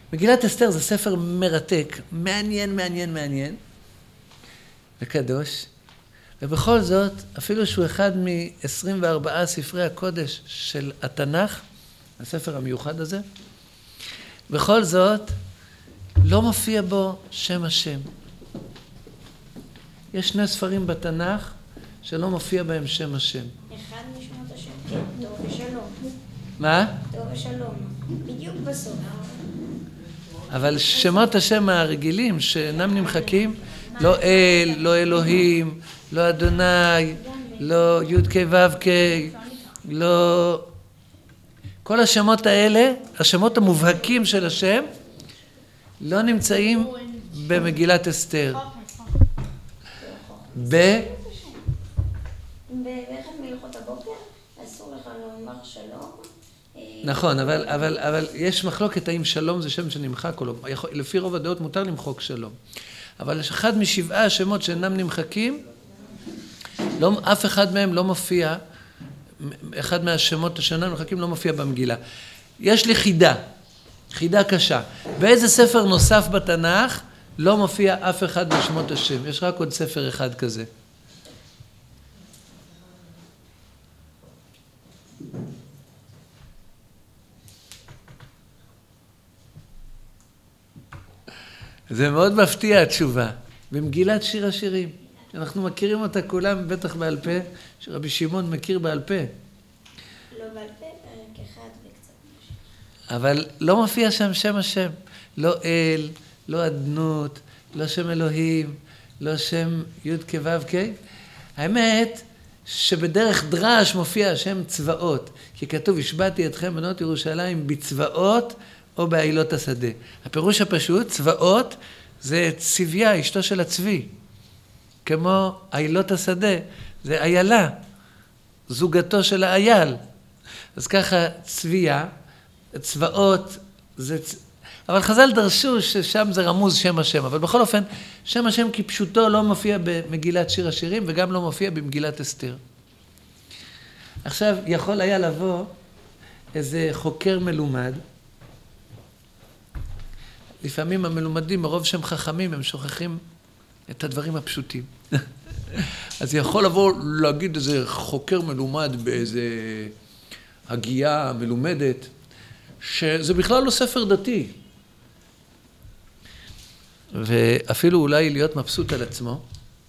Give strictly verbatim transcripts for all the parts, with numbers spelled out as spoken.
מגילת אסתר זה ספר מרתק, מעניין, מעניין, מעניין, וקדוש, ובכל זאת, אפילו שהוא אחד מ-עשרים וארבעה ספרי הקודש של התנ"ך, הספר המיוחד הזה, בכל זאת, לא מופיע בו שם השם. יש שני ספרים בתנ"ך שלא מופיע בהם שם השם. אחד משמות השם, כן, טוב ושלום. מה? טוב ושלום, בדיוק בסוף. אבל שמות השם הרגילים שאינם נמחקים, לא אל, לא אלוהים, לא אדוני, לא י' כ' ו' כ', לא... כל השמות האלה, השמות המובהקים של השם, לא נמצאים במגילת אסתר. ב... באחד מהלכות הבוקר אסור לך לומר שלום. נכון, אבל, אבל, אבל יש מחלוקת האם שלום זה שם שנמחק או לא. לפי רוב הדעות מותר למחוק שלום. אבל אחד משבעה השמות שאינם נמחקים, לא, אף אחד מהם לא מופיע, אחד מהשמות שאינם נמחקים לא מופיע במגילה. יש לי חידה, חידה קשה. באיזה ספר נוסף בתנ"ך לא מופיע אף אחד משמות השם? יש רק עוד ספר אחד כזה. זה מאוד מפתיע התשובה. במגילת שיר השירים. אנחנו מכירים אותה כולם בטח בעל פה, שרבי שמעון מכיר בעל פה. לא בעל פה, פרק אחד וקצת. אבל לא מופיע שם שם השם. לא אל, לא אדנות, לא שם אלוהים, לא שם י' כ' ו' כ'. האמת שבדרך דרש מופיע השם צבאות. כי כתוב, השבעתי אתכם בנות ירושלים בצבאות או בעילות השדה. הפירוש הפשוט, צבאות, זה צביה, אשתו של הצבי. כמו עילות השדה, זה איילה, זוגתו של האייל. אז ככה צביה, צבאות, זה... אבל חז"ל דרשו ששם זה רמוז שם השם. אבל בכל אופן, שם השם כפשוטו לא מופיע במגילת שיר השירים, וגם לא מופיע במגילת אסתר. עכשיו, יכול היה לבוא איזה חוקר מלומד, לפעמים המלומדים, מרוב שהם חכמים, הם שוכחים את הדברים הפשוטים. אז יכול לבוא להגיד איזה חוקר מלומד באיזה הגייה מלומדת, שזה בכלל לא ספר דתי. ואפילו אולי להיות מבסוט על עצמו.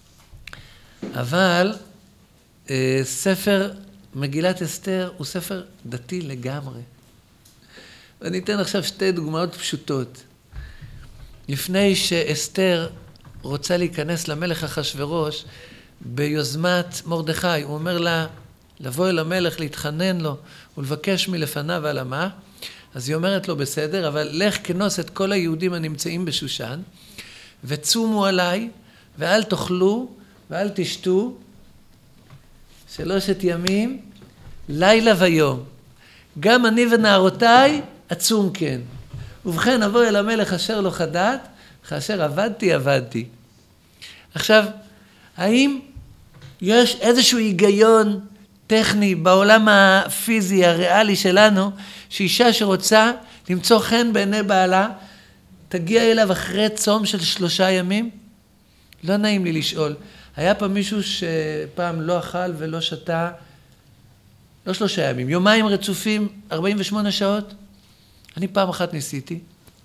אבל אה, ספר מגילת אסתר הוא ספר דתי לגמרי. ואני אתן עכשיו שתי דוגמאות פשוטות. לפני שאסתר רוצה להיכנס למלך אחשוורוש ביוזמת מרדכי, הוא אומר לה לבוא אל המלך, להתחנן לו ולבקש מלפניו על המה, אז היא אומרת לו בסדר, אבל לך כנוס את כל היהודים הנמצאים בשושן, וצומו עליי, ואל תאכלו, ואל תשתו, שלושת ימים, לילה ויום. גם אני ונערותיי, עצום כן. ובכן, אבוא אל המלך אשר לא חדת, כאשר עבדתי, עבדתי. עכשיו, האם יש איזשהו היגיון טכני בעולם הפיזי, הריאלי שלנו, שאישה שרוצה למצוא חן בעיני בעלה, תגיע אליו אחרי צום של שלושה ימים? לא נעים לי לשאול. היה פעם מישהו שפעם לא אכל ולא שתה, לא שלושה ימים, יומיים רצופים, ארבעים ושמונה שעות? אני פעם אחת ניסיתי,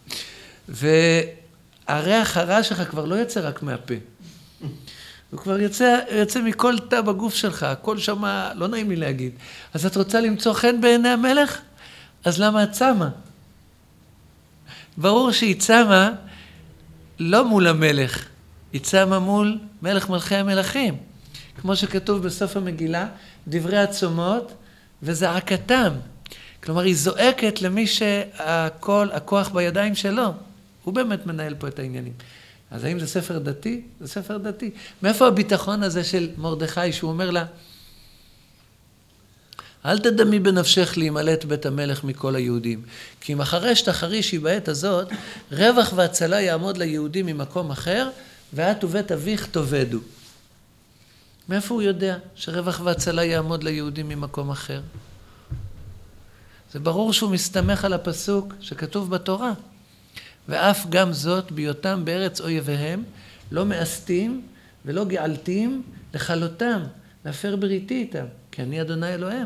והריח הרע שלך כבר לא יוצא רק מהפה. הוא כבר יוצא, יוצא מכל תא בגוף שלך, הכל שמה, לא נעים לי להגיד. אז את רוצה למצוא חן בעיני המלך? אז למה את צמה? ברור שהיא צמה לא מול המלך, היא צמה מול מלך מלכי המלכים. כמו שכתוב בסוף המגילה, דברי הצומות וזעקתם. כלומר, היא זועקת למי שהכל, הכוח בידיים שלו. הוא באמת מנהל פה את העניינים. אז האם זה ספר דתי? זה ספר דתי. מאיפה הביטחון הזה של מרדכי, שהוא אומר לה, אל תדמי בנפשך להימלט בית המלך מכל היהודים, כי אם אחרי שתחרישי בעת הזאת, רווח והצלה יעמוד ליהודים ממקום אחר, ואת ובית אביך תאבדו. מאיפה הוא יודע שרווח והצלה יעמוד ליהודים ממקום אחר? זה ברור שהוא מסתמך על הפסוק שכתוב בתורה. ואף גם זאת בהיותם בארץ אויביהם, לא מאסתים ולא געלתים לכלותם, להפר בריתי איתם, כי אני אדוני אלוהים.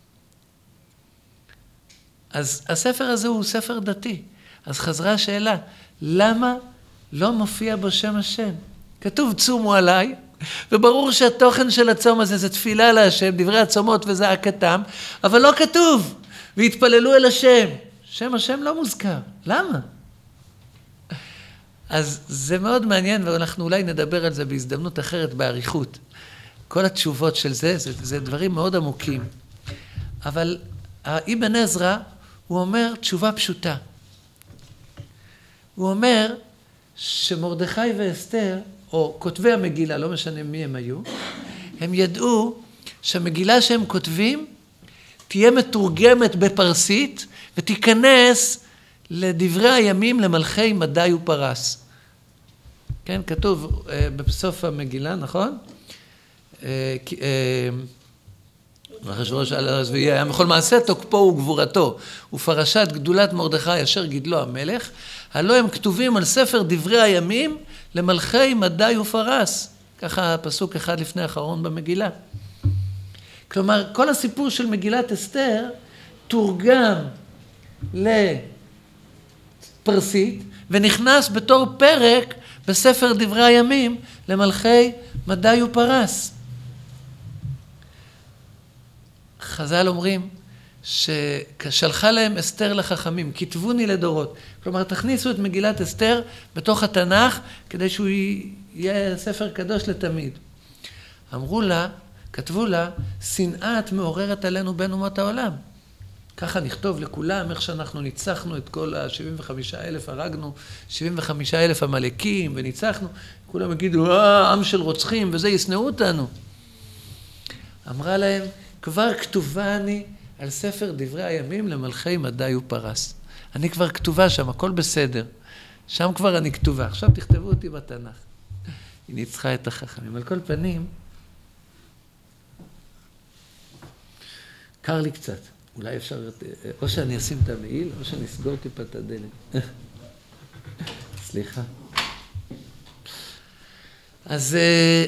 אז הספר הזה הוא ספר דתי. אז חזרה השאלה, למה לא מופיע בו שם השם? כתוב צומו עליי, וברור שהתוכן של הצום הזה זה תפילה להשם, דברי הצומות וזעקתם, אבל לא כתוב, והתפללו אל השם. שם השם לא מוזכר. למה? אז זה מאוד מעניין, ואנחנו אולי נדבר על זה בהזדמנות אחרת, באריכות. כל התשובות של זה, זה, זה דברים מאוד עמוקים. אבל אבן עזרא, הוא אומר תשובה פשוטה. הוא אומר שמרדכי ואסתר, או כותבי המגילה, לא משנה מי הם היו, הם ידעו שהמגילה שהם כותבים תהיה מתורגמת בפרסית, ותיכנס לדברי הימים למלכי מדי ופרס. כן, כתוב בסוף המגילה, נכון? אחשוורוש על הרזבייה, היה מכל מעשה תוקפו וגבורתו, ופרשת גדולת מרדכי אשר גידלו המלך, הלא הם כתובים על ספר דברי הימים למלכי מדי ופרס. ככה פסוק אחד לפני האחרון במגילה. כלומר, כל הסיפור של מגילת אסתר תורגם לפרסית, ונכנס בתור פרק בספר דברי הימים למלכי מדי ופרס. חז"ל אומרים ששלחה להם אסתר לחכמים, כתבוני לדורות. כלומר, תכניסו את מגילת אסתר בתוך התנ"ך, כדי שהוא יהיה ספר קדוש לתמיד. אמרו לה, כתבו לה, שנאה את מעוררת עלינו בין אומות העולם. ככה נכתוב לכולם, איך שאנחנו ניצחנו את כל ה-שבעים וחמישה אלף, הרגנו שבעים וחמישה אלף המלאקים וניצחנו. כולם יגידו, אה, עם של רוצחים, וזה ישנאו אותנו. אמרה להם, כבר כתובה אני על ספר דברי הימים למלכי מדי ופרס. אני כבר כתובה שם, הכל בסדר. שם כבר אני כתובה. עכשיו תכתבו אותי בתנ"ך. היא ניצחה את החכמים. על כל פנים, קר לי קצת. אולי אפשר, או שאני אשים את המעיל, או שאני אסגור טיפה את הדלת. סליחה. אז,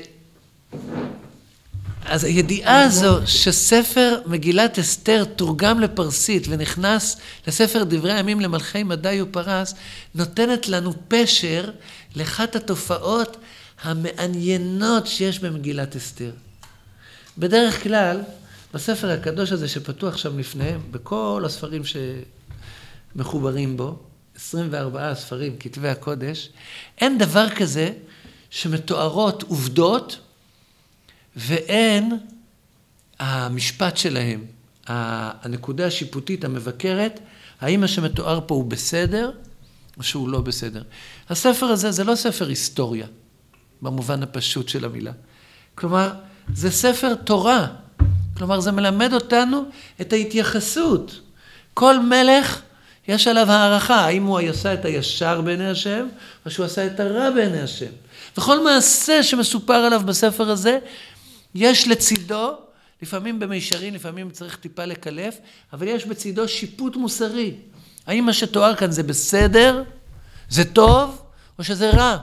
אז הידיעה הזו שספר מגילת אסתר תורגם לפרסית ונכנס לספר דברי הימים למלכי מדי ופרס, נותנת לנו פשר לאחת התופעות המעניינות שיש במגילת אסתר. בדרך כלל, בספר הקדוש הזה שפתוח שם לפניהם, בכל הספרים שמחוברים בו, עשרים וארבעה ספרים, כתבי הקודש, אין דבר כזה שמתוארות עובדות ואין המשפט שלהם, הנקודה השיפוטית המבקרת, האם מה שמתואר פה הוא בסדר או שהוא לא בסדר. הספר הזה זה לא ספר היסטוריה, במובן הפשוט של המילה. כלומר, זה ספר תורה. כלומר, זה מלמד אותנו את ההתייחסות. כל מלך יש עליו הערכה, האם הוא עשה את הישר בעיני השם, או שהוא עשה את הרע בעיני השם. וכל מעשה שמסופר עליו בספר הזה, יש לצידו, לפעמים במישרין, לפעמים צריך טיפה לקלף, אבל יש בצידו שיפוט מוסרי. האם מה שתואר כאן זה בסדר, זה טוב, או שזה רע?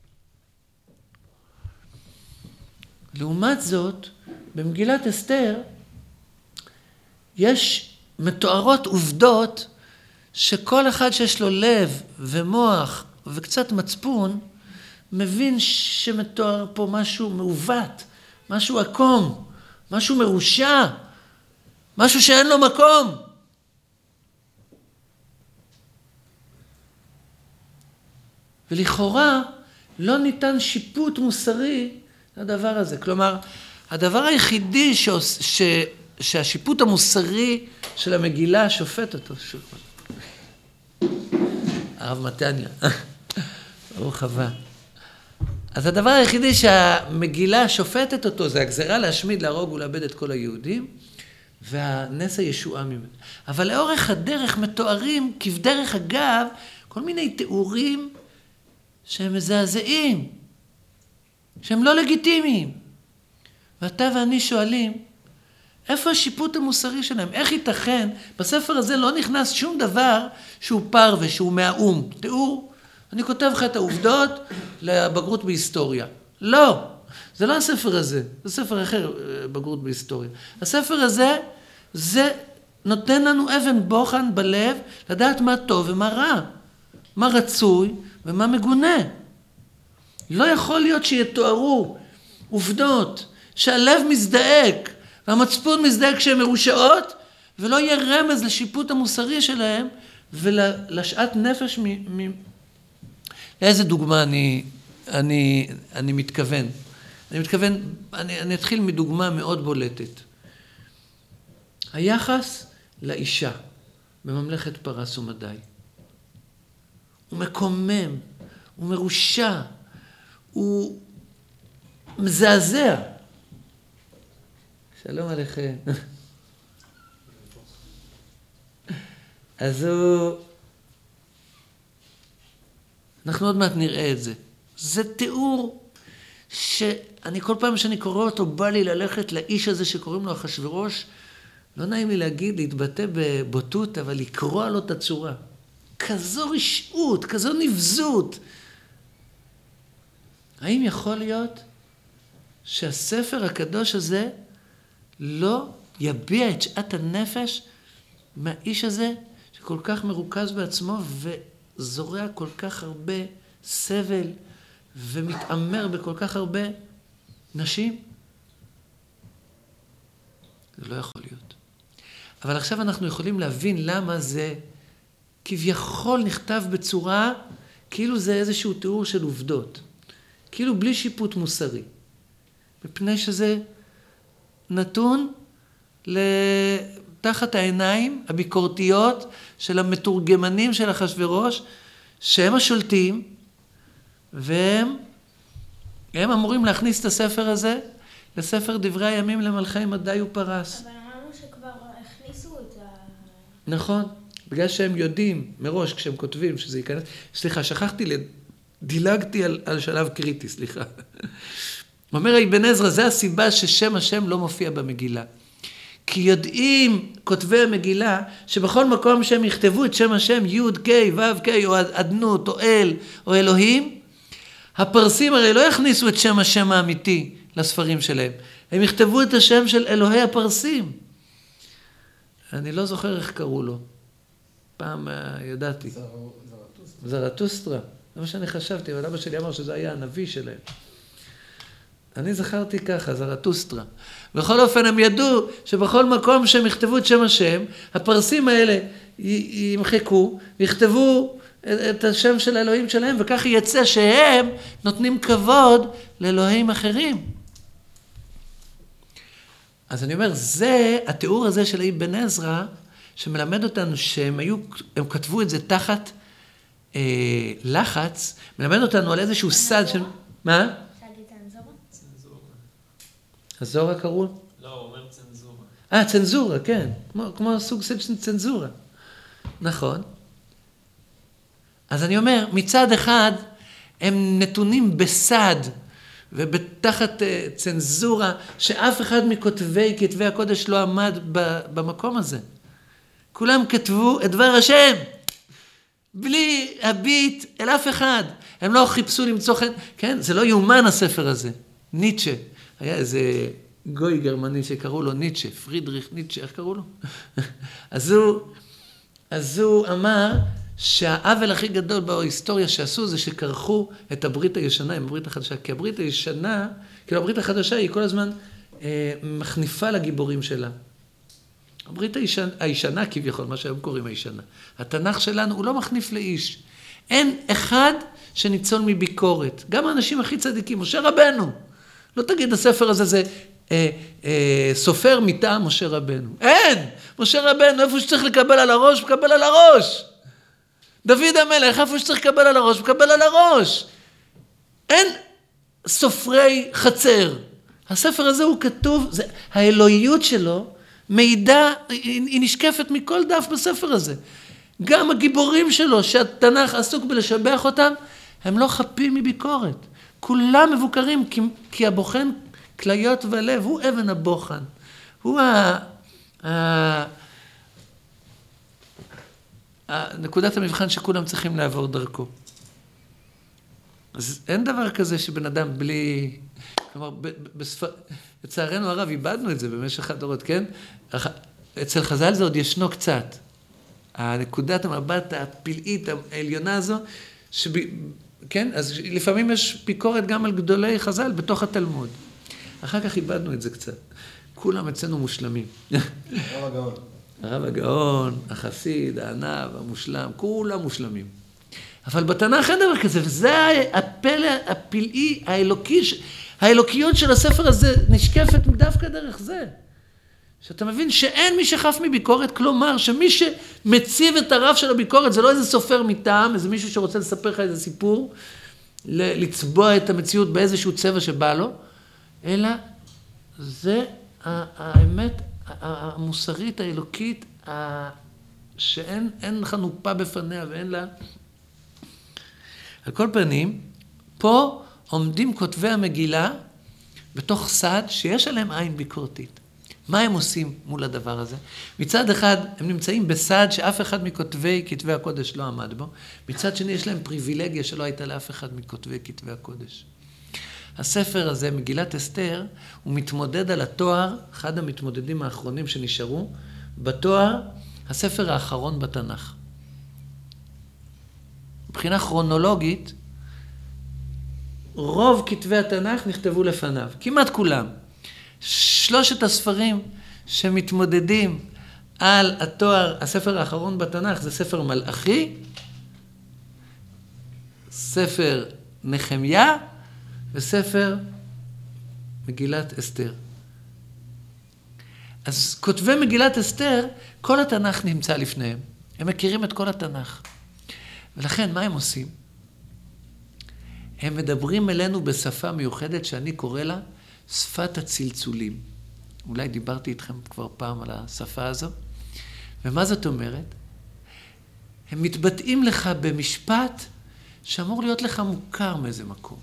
לעומת זאת, במגילת אסתר יש מתוארות עובדות שכל אחד שיש לו לב ומוח וקצת מצפון, מבין שמתואר פה משהו מעוות, משהו עקום, משהו מרושע, משהו שאין לו מקום. ולכאורה לא ניתן שיפוט מוסרי לדבר הזה. כלומר, הדבר היחידי ש... ש... שהשיפוט המוסרי של המגילה שופט אותו. הרב מתניה, ברוך הבא. אז הדבר היחידי שהמגילה שופטת אותו זה הגזרה להשמיד, להרוג ולאבד את כל היהודים, והנס הישועה ממנו. אבל לאורך הדרך מתוארים כבדרך אגב כל מיני תיאורים שהם מזעזעים, שהם לא לגיטימיים. ואתה ואני שואלים, איפה השיפוט המוסרי שלהם? איך ייתכן? בספר הזה לא נכנס שום דבר שהוא פרווה, שהוא מהאום. תיאור אני כותב לך את העובדות לבגרות בהיסטוריה. לא, זה לא הספר הזה, זה ספר אחר, בגרות בהיסטוריה. הספר הזה, זה נותן לנו אבן בוחן בלב, לדעת מה טוב ומה רע, מה רצוי ומה מגונה. לא יכול להיות שיתוארו עובדות שהלב מזדעק, והמצפון מזדעק כשהן מרושעות, ולא יהיה רמז לשיפוט המוסרי שלהם, ולשעת נפש מ... מ... לאיזה דוגמה אני, אני, אני מתכוון? אני מתכוון, אני, אני אתחיל מדוגמה מאוד בולטת. היחס לאישה בממלכת פרס ומדי. הוא מקומם, הוא מרושע, הוא מזעזע. שלום עליכם. אז הוא... אנחנו עוד מעט נראה את זה. זה תיאור שאני כל פעם שאני קורא אותו, בא לי ללכת לאיש הזה שקוראים לו אחשוורוש, לא נעים לי להגיד, להתבטא בבוטות, אבל לקרוא לו את הצורה. כזו רשעות, כזו נבזות. האם יכול להיות שהספר הקדוש הזה לא יביע את שעת הנפש מהאיש הזה שכל כך מרוכז בעצמו וזורע כל כך הרבה סבל ומתאמר בכל כך הרבה נשים? זה לא יכול להיות. אבל עכשיו אנחנו יכולים להבין למה זה כביכול נכתב בצורה כאילו זה איזשהו תיאור של עובדות. כאילו בלי שיפוט מוסרי. מפני שזה נתון תחת העיניים הביקורתיות של המתורגמנים של אחשוורוש, שהם השולטים, והם הם אמורים להכניס את הספר הזה לספר דברי הימים למלכי מדי ופרס. אבל אמרנו שכבר הכניסו את ה... נכון, בגלל שהם יודעים מראש כשהם כותבים שזה ייכנס. סליחה, שכחתי, דילגתי על, על שלב קריטי, סליחה. אומר אבן עזרא, זה הסיבה ששם השם לא מופיע במגילה. כי יודעים כותבי המגילה שבכל מקום שהם יכתבו את שם השם י' ק' ו' ק' או אדנות או אל או אלוהים, הפרסים הרי לא יכניסו את שם השם האמיתי לספרים שלהם. הם יכתבו את השם של אלוהי הפרסים. אני לא זוכר איך קראו לו. פעם ידעתי. זרטוסטרה. זה מה שאני חשבתי, אבל אבא שלי אמר שזה היה הנביא שלהם. אני זכרתי ככה, זרטוסטרה. בכל אופן הם ידעו שבכל מקום שהם יכתבו את שם השם, הפרסים האלה ימחקו, יכתבו את השם של האלוהים שלהם, וכך יצא שהם נותנים כבוד לאלוהים אחרים. אז אני אומר, זה, התיאור הזה של אבן עזרא, שמלמד אותנו שהם היו, הם כתבו את זה תחת אה, לחץ, מלמד אותנו על איזשהו סד של... מה? הזורה קראו? לא, הוא אומר צנזורה. אה, צנזורה, כן. כמו, כמו סוג של צנזורה. נכון. אז אני אומר, מצד אחד, הם נתונים בסד, ובתחת uh, צנזורה, שאף אחד מכותבי כתבי הקודש לא עמד ב, במקום הזה. כולם כתבו את דבר השם, בלי הביט אל אף אחד. הם לא חיפשו למצוא חן, כן? זה לא יאומן הספר הזה. ניטשה. היה איזה גוי גרמני שקראו לו ניטשה, פרידריך ניטשה, איך קראו לו? אז הוא, אז הוא אמר שהעוול הכי גדול בהיסטוריה שעשו זה שקרחו את הברית הישנה עם הברית החדשה, כי הברית הישנה, כאילו הברית החדשה היא כל הזמן אה, מחניפה לגיבורים שלה. הברית הישנה, הישנה כביכול, מה שהיום קוראים הישנה. התנ"ך שלנו הוא לא מחניף לאיש. אין אחד שניצול מביקורת. גם האנשים הכי צדיקים, משה רבנו. לא תגיד, הספר הזה זה אה, אה, סופר מטעם משה רבנו. אין! משה רבנו, איפה שצריך לקבל על הראש, מקבל על הראש. דוד המלך, איפה שצריך לקבל על הראש, מקבל על הראש. אין סופרי חצר. הספר הזה הוא כתוב, זה, האלוהיות שלו מידע, היא, היא נשקפת מכל דף בספר הזה. גם הגיבורים שלו, שהתנ"ך עסוק בלשבח אותם, הם לא חפים מביקורת. כולם מבוקרים, כי, כי הבוחן כליות ולב, הוא אבן הבוחן. הוא ה... ה... ה... נקודת המבחן שכולם צריכים לעבור דרכו. אז אין דבר כזה שבן אדם בלי... כלומר, בספר... לצערנו הרב, איבדנו את זה במשך הדורות, כן? אצל חז"ל זה עוד ישנו קצת. הנקודת המבט הפלאית העליונה הזו, שב... כן? אז לפעמים יש ביקורת גם על גדולי חז"ל בתוך התלמוד. אחר כך איבדנו את זה קצת. כולם אצלנו מושלמים. הרב הגאון. הרב הגאון, החסיד, הענב, המושלם, כולם מושלמים. אבל בתנ"ך אין דבר כזה, וזה הפלא הפלאי, האלוקי, האלוקיות של הספר הזה נשקפת דווקא דרך זה. שאתה מבין שאין מי שחף מביקורת, כלומר שמי שמציב את הרף של הביקורת, זה לא איזה סופר מטעם, איזה מישהו שרוצה לספר לך איזה סיפור, לצבוע את המציאות באיזשהו צבע שבא לו, אלא זה האמת המוסרית, האלוקית, שאין אין חנופה בפניה ואין לה... על כל פנים, פה עומדים כותבי המגילה בתוך סד שיש עליהם עין ביקורתית. מה הם עושים מול הדבר הזה? מצד אחד, הם נמצאים בסד שאף אחד מכותבי כתבי הקודש לא עמד בו. מצד שני, יש להם פריבילגיה שלא הייתה לאף אחד מכותבי כתבי הקודש. הספר הזה, מגילת אסתר, הוא מתמודד על התואר, אחד המתמודדים האחרונים שנשארו, בתואר הספר האחרון בתנ"ך. מבחינה כרונולוגית, רוב כתבי התנ"ך נכתבו לפניו, כמעט כולם. שלושת הספרים שמתמודדים על התואר, הספר האחרון בתנ"ך, זה ספר מלאכי, ספר נחמיה, וספר מגילת אסתר. אז כותבי מגילת אסתר, כל התנ"ך נמצא לפניהם. הם מכירים את כל התנ"ך. ולכן, מה הם עושים? הם מדברים אלינו בשפה מיוחדת שאני קורא לה שפת הצלצולים. אולי דיברתי איתכם כבר פעם על השפה הזו. ומה זאת אומרת? הם מתבטאים לך במשפט שאמור להיות לך מוכר מאיזה מקום.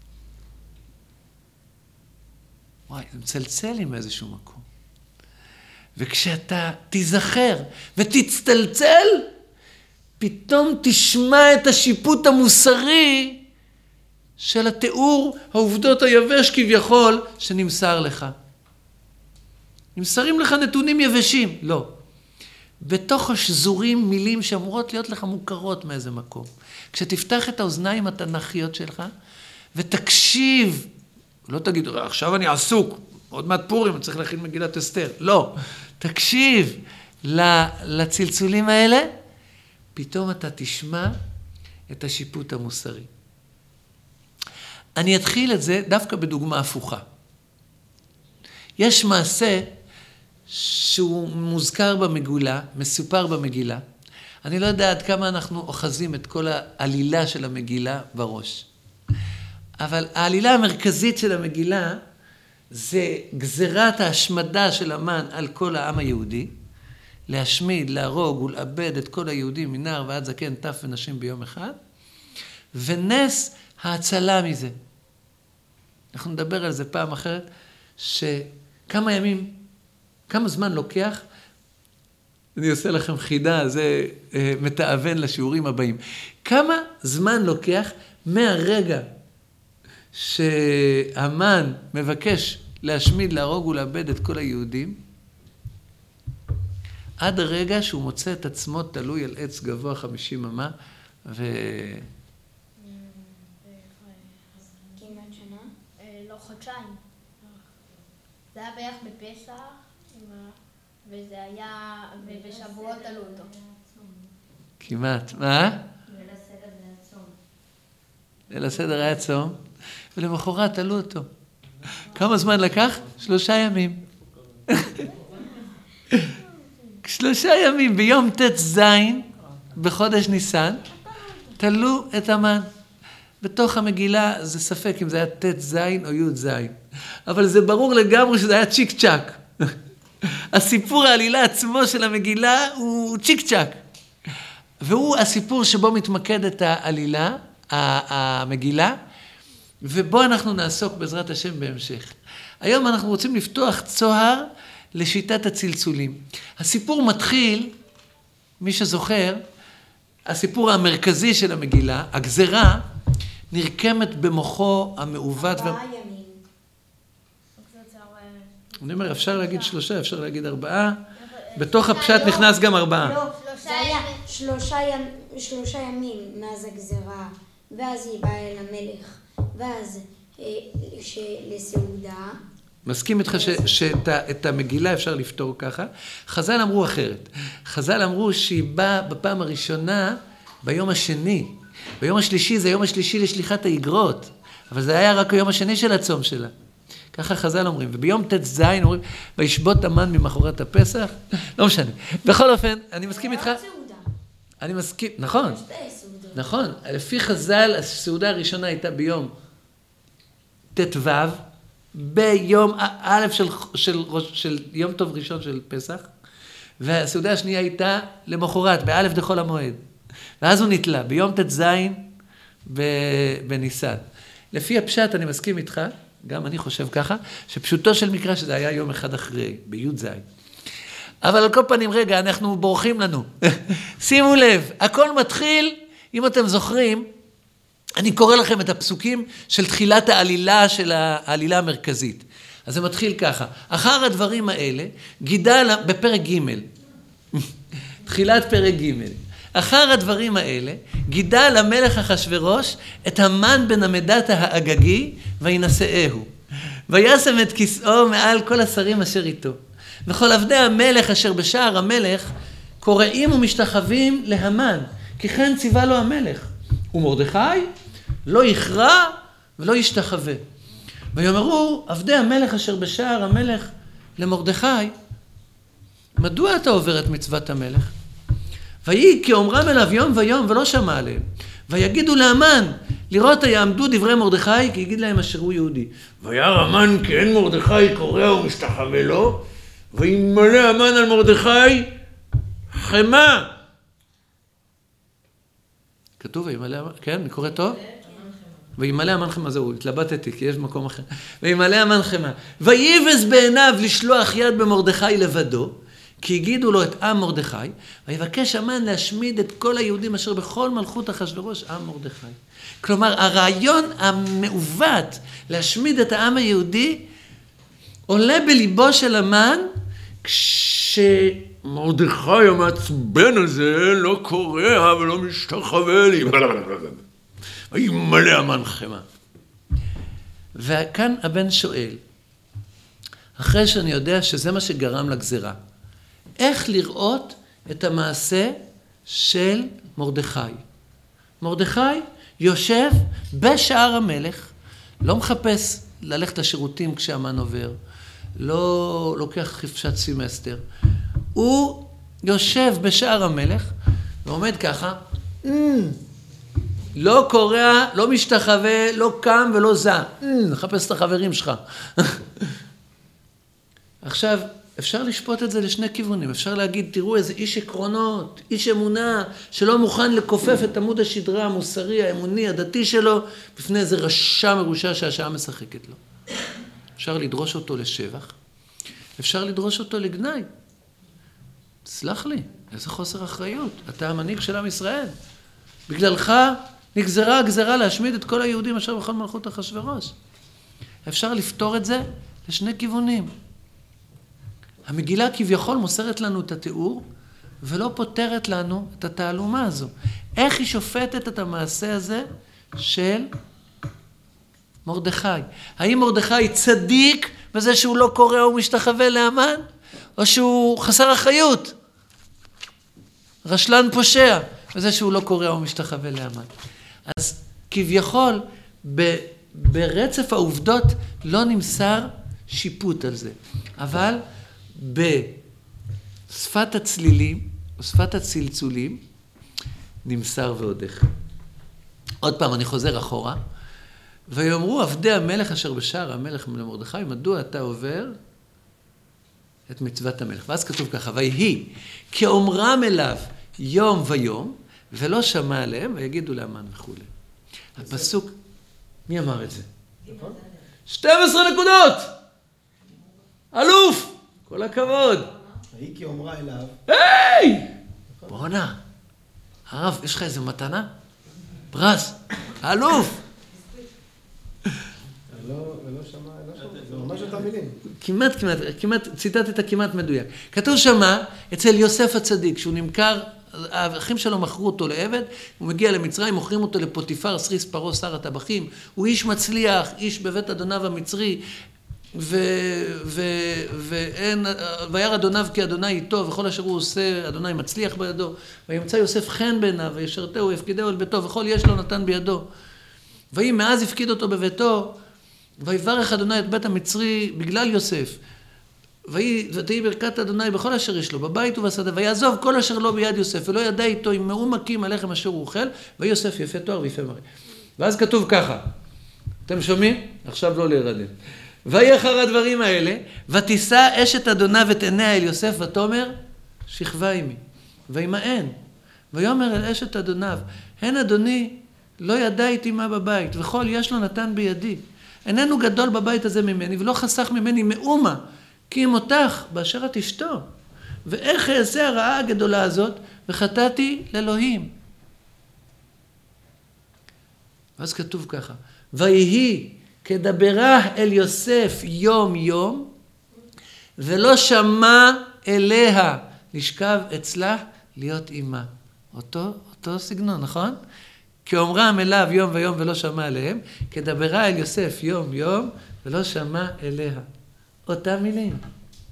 וואי, זה מצלצל עם איזשהו מקום. וכשאתה תיזכר ותצטלצל, פתאום תשמע את השיפוט המוסרי של התיאור העובדות היבש כביכול שנמסר לך. נמסרים לך נתונים יבשים? לא. בתוך השזורים מילים שאמורות להיות לך מוכרות מאיזה מקום. כשתפתח את האוזניים התנ"כיות שלך ותקשיב, לא תגיד, עכשיו אני עסוק, עוד מעט פורים, אני צריך להכין מגילת אסתר. לא, תקשיב לצלצולים האלה, פתאום אתה תשמע את השיפוט המוסרי. אני אתחיל את זה דווקא בדוגמה הפוכה. יש מעשה שהוא מוזכר במגילה, מסופר במגילה. אני לא יודע עד כמה אנחנו אוחזים את כל העלילה של המגילה בראש. אבל העלילה המרכזית של המגילה זה גזירת ההשמדה של המן על כל העם היהודי, להשמיד, להרוג ולאבד את כל היהודים מנער ועד זקן, טף ונשים ביום אחד, ונס ההצלה מזה. אנחנו נדבר על זה פעם אחרת, שכמה ימים, כמה זמן לוקח, אני עושה לכם חידה, זה אה, מתאבן לשיעורים הבאים. כמה זמן לוקח מהרגע שהמן מבקש להשמיד, להרוג ולאבד את כל היהודים, עד הרגע שהוא מוצא את עצמו תלוי על עץ גבוה חמישים אמה, ו... כמעט שנה? לא, חודשיים. זה היה בערך בפסח, וזה היה, ובשבועות עלו אותו. כמעט. מה? ליל הסדר זה הצום. ליל הסדר היה צום, ולמחרת עלו אותו. כמה זמן לקח? שלושה ימים. שלושה ימים, ביום ת' זין, בחודש ניסן, תלו את המן. בתוך המגילה זה ספק אם זה היה ת' זין או י' זין. אבל זה ברור לגמרי שזה היה צ'יק צ'ק. הסיפור העלילה עצמו של המגילה הוא צ'יק צ'ק. והוא הסיפור שבו מתמקדת העלילה, המגילה, ובו אנחנו נעסוק בעזרת השם בהמשך. היום אנחנו רוצים לפתוח צוהר לשיטת הצלצולים. הסיפור מתחיל, מי שזוכר, הסיפור המרכזי של המגילה, הגזרה, נרקמת במוחו המעוות. ארבעה ימים. אני אומר, אפשר להגיד שלושה, אפשר להגיד ארבעה. בתוך הפשט נכנס גם ארבעה. לא, זה היה שלושה ימים מאז הגזרה, ואז היא באה אל המלך, ואז לסעודה. מסכים איתך שאת המגילה אפשר לפתור ככה. חז"ל אמרו אחרת. חז"ל אמרו שהיא באה בפעם הראשונה ביום השני. ביום השלישי זה היום השלישי לשליחת האיגרות, אבל זה היה רק היום השני של הצום שלה. ככה חז"ל אומרים. וביום ט"ז אומרים, וישבות המן ממחרת הפסח. לא משנה. בכל אופן, אני מסכים איתך. אני מסכים, נכון. נכון. לפי חז"ל, הסעודה הראשונה הייתה ביום ט"ו, ביום א' של, של, של יום טוב ראשון של פסח, והסעודה השנייה הייתה למחרת, באלף דחול המועד. ואז הוא נתלה, ביום ט"ז בניסן. לפי הפשט, אני מסכים איתך, גם אני חושב ככה, שפשוטו של מקרא שזה היה יום אחד אחרי, בי"ז. אבל על כל פנים, רגע, אנחנו בורחים לנו. שימו לב, הכל מתחיל, אם אתם זוכרים, אני קורא לכם את הפסוקים של תחילת העלילה, של העלילה המרכזית. אז זה מתחיל ככה. אחר הדברים האלה, גידל, בפרק ג', תחילת פרק ג', אחר הדברים האלה, גידל המלך אחשוורוש את המן בן המדתה האגגי, וינשאהו. וישם את כיסאו מעל כל השרים אשר איתו. וכל עבדי המלך אשר בשער המלך, קוראים ומשתחווים להמן, כי כן ציווה לו המלך. ומרדכי לא יכרע ולא ישתחווה. ויאמרו עבדי המלך אשר בשער המלך למרדכי, מדוע אתה עובר את מצוות המלך? ויהי כי אומרם אליו יום ויום ולא שמע עליהם. ויגידו להמן, לראות יעמדו דברי מרדכי, כי יגיד להם אשר הוא יהודי. וירא המן כי אין מרדכי קורע ומשתחווה לו, וימלא המן על מרדכי חמה. כתוב וימלא המן, כן, אני קורא טוב? וימלא המן חמה, זהו, התלבטתי, כי יש מקום אחר. וימלא המן חמה. ויבז בעיניו לשלוח יד במרדכי לבדו, כי הגידו לו את עם מרדכי, ויבקש המן להשמיד את כל היהודים אשר בכל מלכות אחשוורוש עם מרדכי. כלומר, הרעיון המעוות להשמיד את העם היהודי, עולה בליבו של המן, כשמרדכי המעצבן הזה לא קורע ולא משתחווה לי. וימלא המן חמה. וכאן הבן שואל, אחרי שאני יודע שזה מה שגרם לגזרה, איך לראות את המעשה של מרדכי? מרדכי יושב בשער המלך, לא מחפש ללכת לשירותים כשהמן עובר, לא לוקח חופשת סמסטר. הוא יושב בשער המלך ועומד ככה, לא קורע, לא משתחווה, לא קם ולא זע. מחפש את החברים שלך. עכשיו, אפשר לשפוט את זה לשני כיוונים. אפשר להגיד, תראו איזה איש עקרונות, איש אמונה, שלא מוכן לכופף את עמוד השדרה המוסרי, האמוני, הדתי שלו, בפני איזה רשע מרושע שהשעה משחקת לו. אפשר לדרוש אותו לשבח, אפשר לדרוש אותו לגנאי. סלח לי, איזה חוסר אחריות. אתה המנהיג של עם ישראל. בגללך נגזרה הגזרה להשמיד את כל היהודים אשר בכל מלכות אחשוורוש. אפשר לפתור את זה לשני כיוונים. המגילה כביכול מוסרת לנו את התיאור, ולא פותרת לנו את התעלומה הזו. איך היא שופטת את המעשה הזה של מרדכי? האם מרדכי צדיק בזה שהוא לא קורא ומשתחווה להמן? או שהוא חסר אחריות? רשלן פושע בזה שהוא לא קורא ומשתחווה להמן. אז כביכול ב, ברצף העובדות לא נמסר שיפוט על זה. אבל בשפת הצלילים, או שפת הצלצולים, נמסר ועודך. עוד פעם, אני חוזר אחורה. ויאמרו עבדי המלך אשר בשער המלך למרדכי, מדוע אתה עובר את מצוות המלך? ואז כתוב ככה, ויהי כאומרם אליו יום ויום, ולא שמע עליהם, ויגידו להמן וכו'. הפסוק, מי אמר את זה? שתים עשרה נקודות! אלוף! כל הכבוד. ויהי כאומרה אליו. היי! בואנה. הרב, יש לך איזה מתנה? פרס. אלוף! אותם מילים. כמעט, כמעט, כמעט, ציטטת כמעט מדויק. כתוב שמה, אצל יוסף הצדיק, שהוא נמכר, האחים שלו מכרו אותו לעבד, הוא מגיע למצרים, מוכרים אותו לפוטיפר, סריס פרעה, שר הטבחים, הוא איש מצליח, איש בבית אדוניו המצרי, ו, ו, ואין, וירא אדוניו כי אדוני איתו, וכל אשר הוא עושה, אדוני מצליח בידו, וימצא יוסף חן בעיניו, וישרתהו, יפקידהו אל ביתו, וכל יש לו נתן בידו. ויהי מאז הפקיד אותו בביתו, ויברך אדוני את בית המצרי בגלל יוסף. ותהי ברכת אדוני בכל אשר יש לו, בבית ובשדה, ויעזוב כל אשר לו ביד יוסף, ולא ידע איתו עם מאו מכים הלחם אשר הוא אוכל, ויוסף יפה תואר ויפה מראה. ואז כתוב ככה, אתם שומעים? עכשיו לא להירדם. ויהי אחר הדברים האלה, ותישא אשת אדוניו את עיניה אל יוסף, ותאמר, שכבה עמי, וימאן, ויאמר אל אשת אדוניו, הן אדוני לא ידע איתי מה בבית, וכל יש לו נתן בידי. איננו גדול בבית הזה ממני, ולא חסך ממני מאומה, כי אם אותך באשר את אשתו. ואיך אעשה הרעה הגדולה הזאת, וחטאתי לאלוהים. אז כתוב ככה, ויהי כדברה אל יוסף יום יום, ולא שמע אליה לשכב אצלה להיות אימה. אותו, אותו סגנון, נכון? כאומרם אליו יום ויום ולא שמע עליהם, כדברה אל יוסף יום יום ולא שמע אליה. אותם מילים.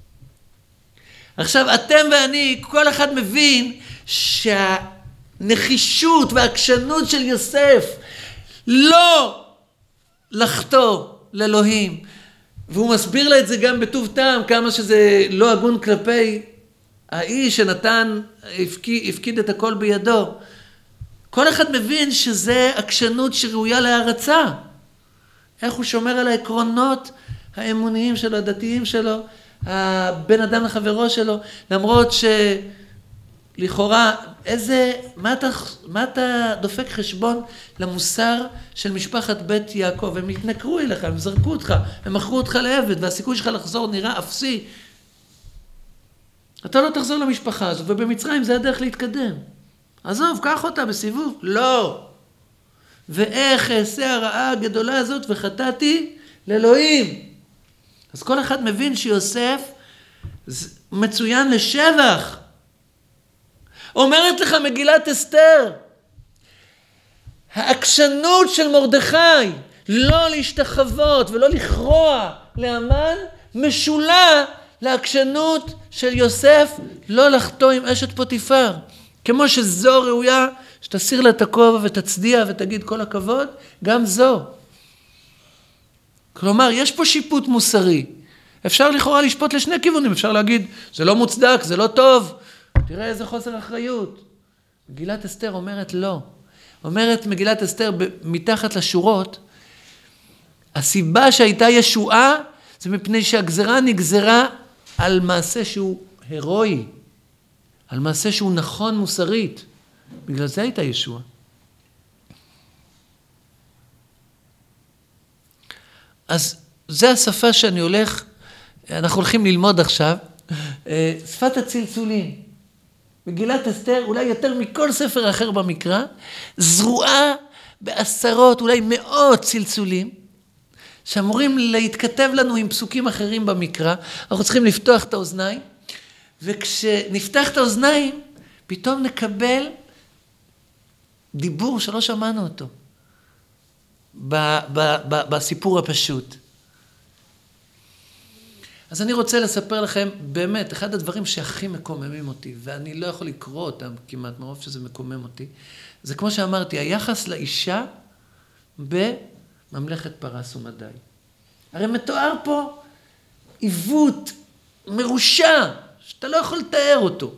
עכשיו אתם ואני, כל אחד מבין שהנחישות והעקשנות של יוסף לא לחטוא לאלוהים, והוא מסביר לה את זה גם בטוב טעם, כמה שזה לא הגון כלפי האיש שנתן, הפקיד, הפקיד את הכל בידו. כל אחד מבין שזה עקשנות שראויה להערצה. איך הוא שומר על העקרונות האמוניים שלו, הדתיים שלו, הבן אדם לחברו שלו, למרות שלכאורה, איזה, מה אתה, מה אתה דופק חשבון למוסר של משפחת בית יעקב? הם התנכרו אליך, הם זרקו אותך, הם מכרו אותך לעבד, והסיכוי שלך לחזור נראה אפסי. אתה לא תחזור למשפחה הזו, ובמצרים זה הדרך להתקדם. עזוב, קח אותה בסיבוב. לא. ואיך אעשה הרעה הגדולה הזאת וחטאתי לאלוהים. אז כל אחד מבין שיוסף מצוין לשבח. אומרת לך מגילת אסתר, העקשנות של מרדכי לא להשתחוות ולא לכרוע להמן, משולה לעקשנות של יוסף לא לחטוא עם אשת פוטיפר. כמו שזו ראויה שתסיר לה את הכובע ותצדיע ותגיד כל הכבוד, גם זו. כלומר, יש פה שיפוט מוסרי. אפשר לכאורה לשפוט לשני כיוונים, אפשר להגיד, זה לא מוצדק, זה לא טוב. תראה איזה חוסר אחריות. מגילת אסתר אומרת לא. אומרת מגילת אסתר מתחת לשורות, הסיבה שהייתה ישועה, זה מפני שהגזרה נגזרה על מעשה שהוא הרואי, על מעשה שהוא נכון מוסרית. בגלל זה הייתה ישועה. אז זה השפה שאני הולך, אנחנו הולכים ללמוד עכשיו, שפת הצלצולים. מגילת אסתר, אולי יותר מכל ספר אחר במקרא, זרועה בעשרות, אולי מאות צלצולים, שאמורים להתכתב לנו עם פסוקים אחרים במקרא. אנחנו צריכים לפתוח את האוזניים, וכשנפתח את האוזניים, פתאום נקבל דיבור שלא שמענו אותו, ב- ב- ב- בסיפור הפשוט. אז אני רוצה לספר לכם, באמת, אחד הדברים שהכי מקוממים אותי, ואני לא יכול לקרוא אותם כמעט, מרוב שזה מקומם אותי, זה כמו שאמרתי, היחס לאישה בממלכת פרס ומדי. הרי מתואר פה עיוות מרושע, שאתה לא יכול לתאר אותו.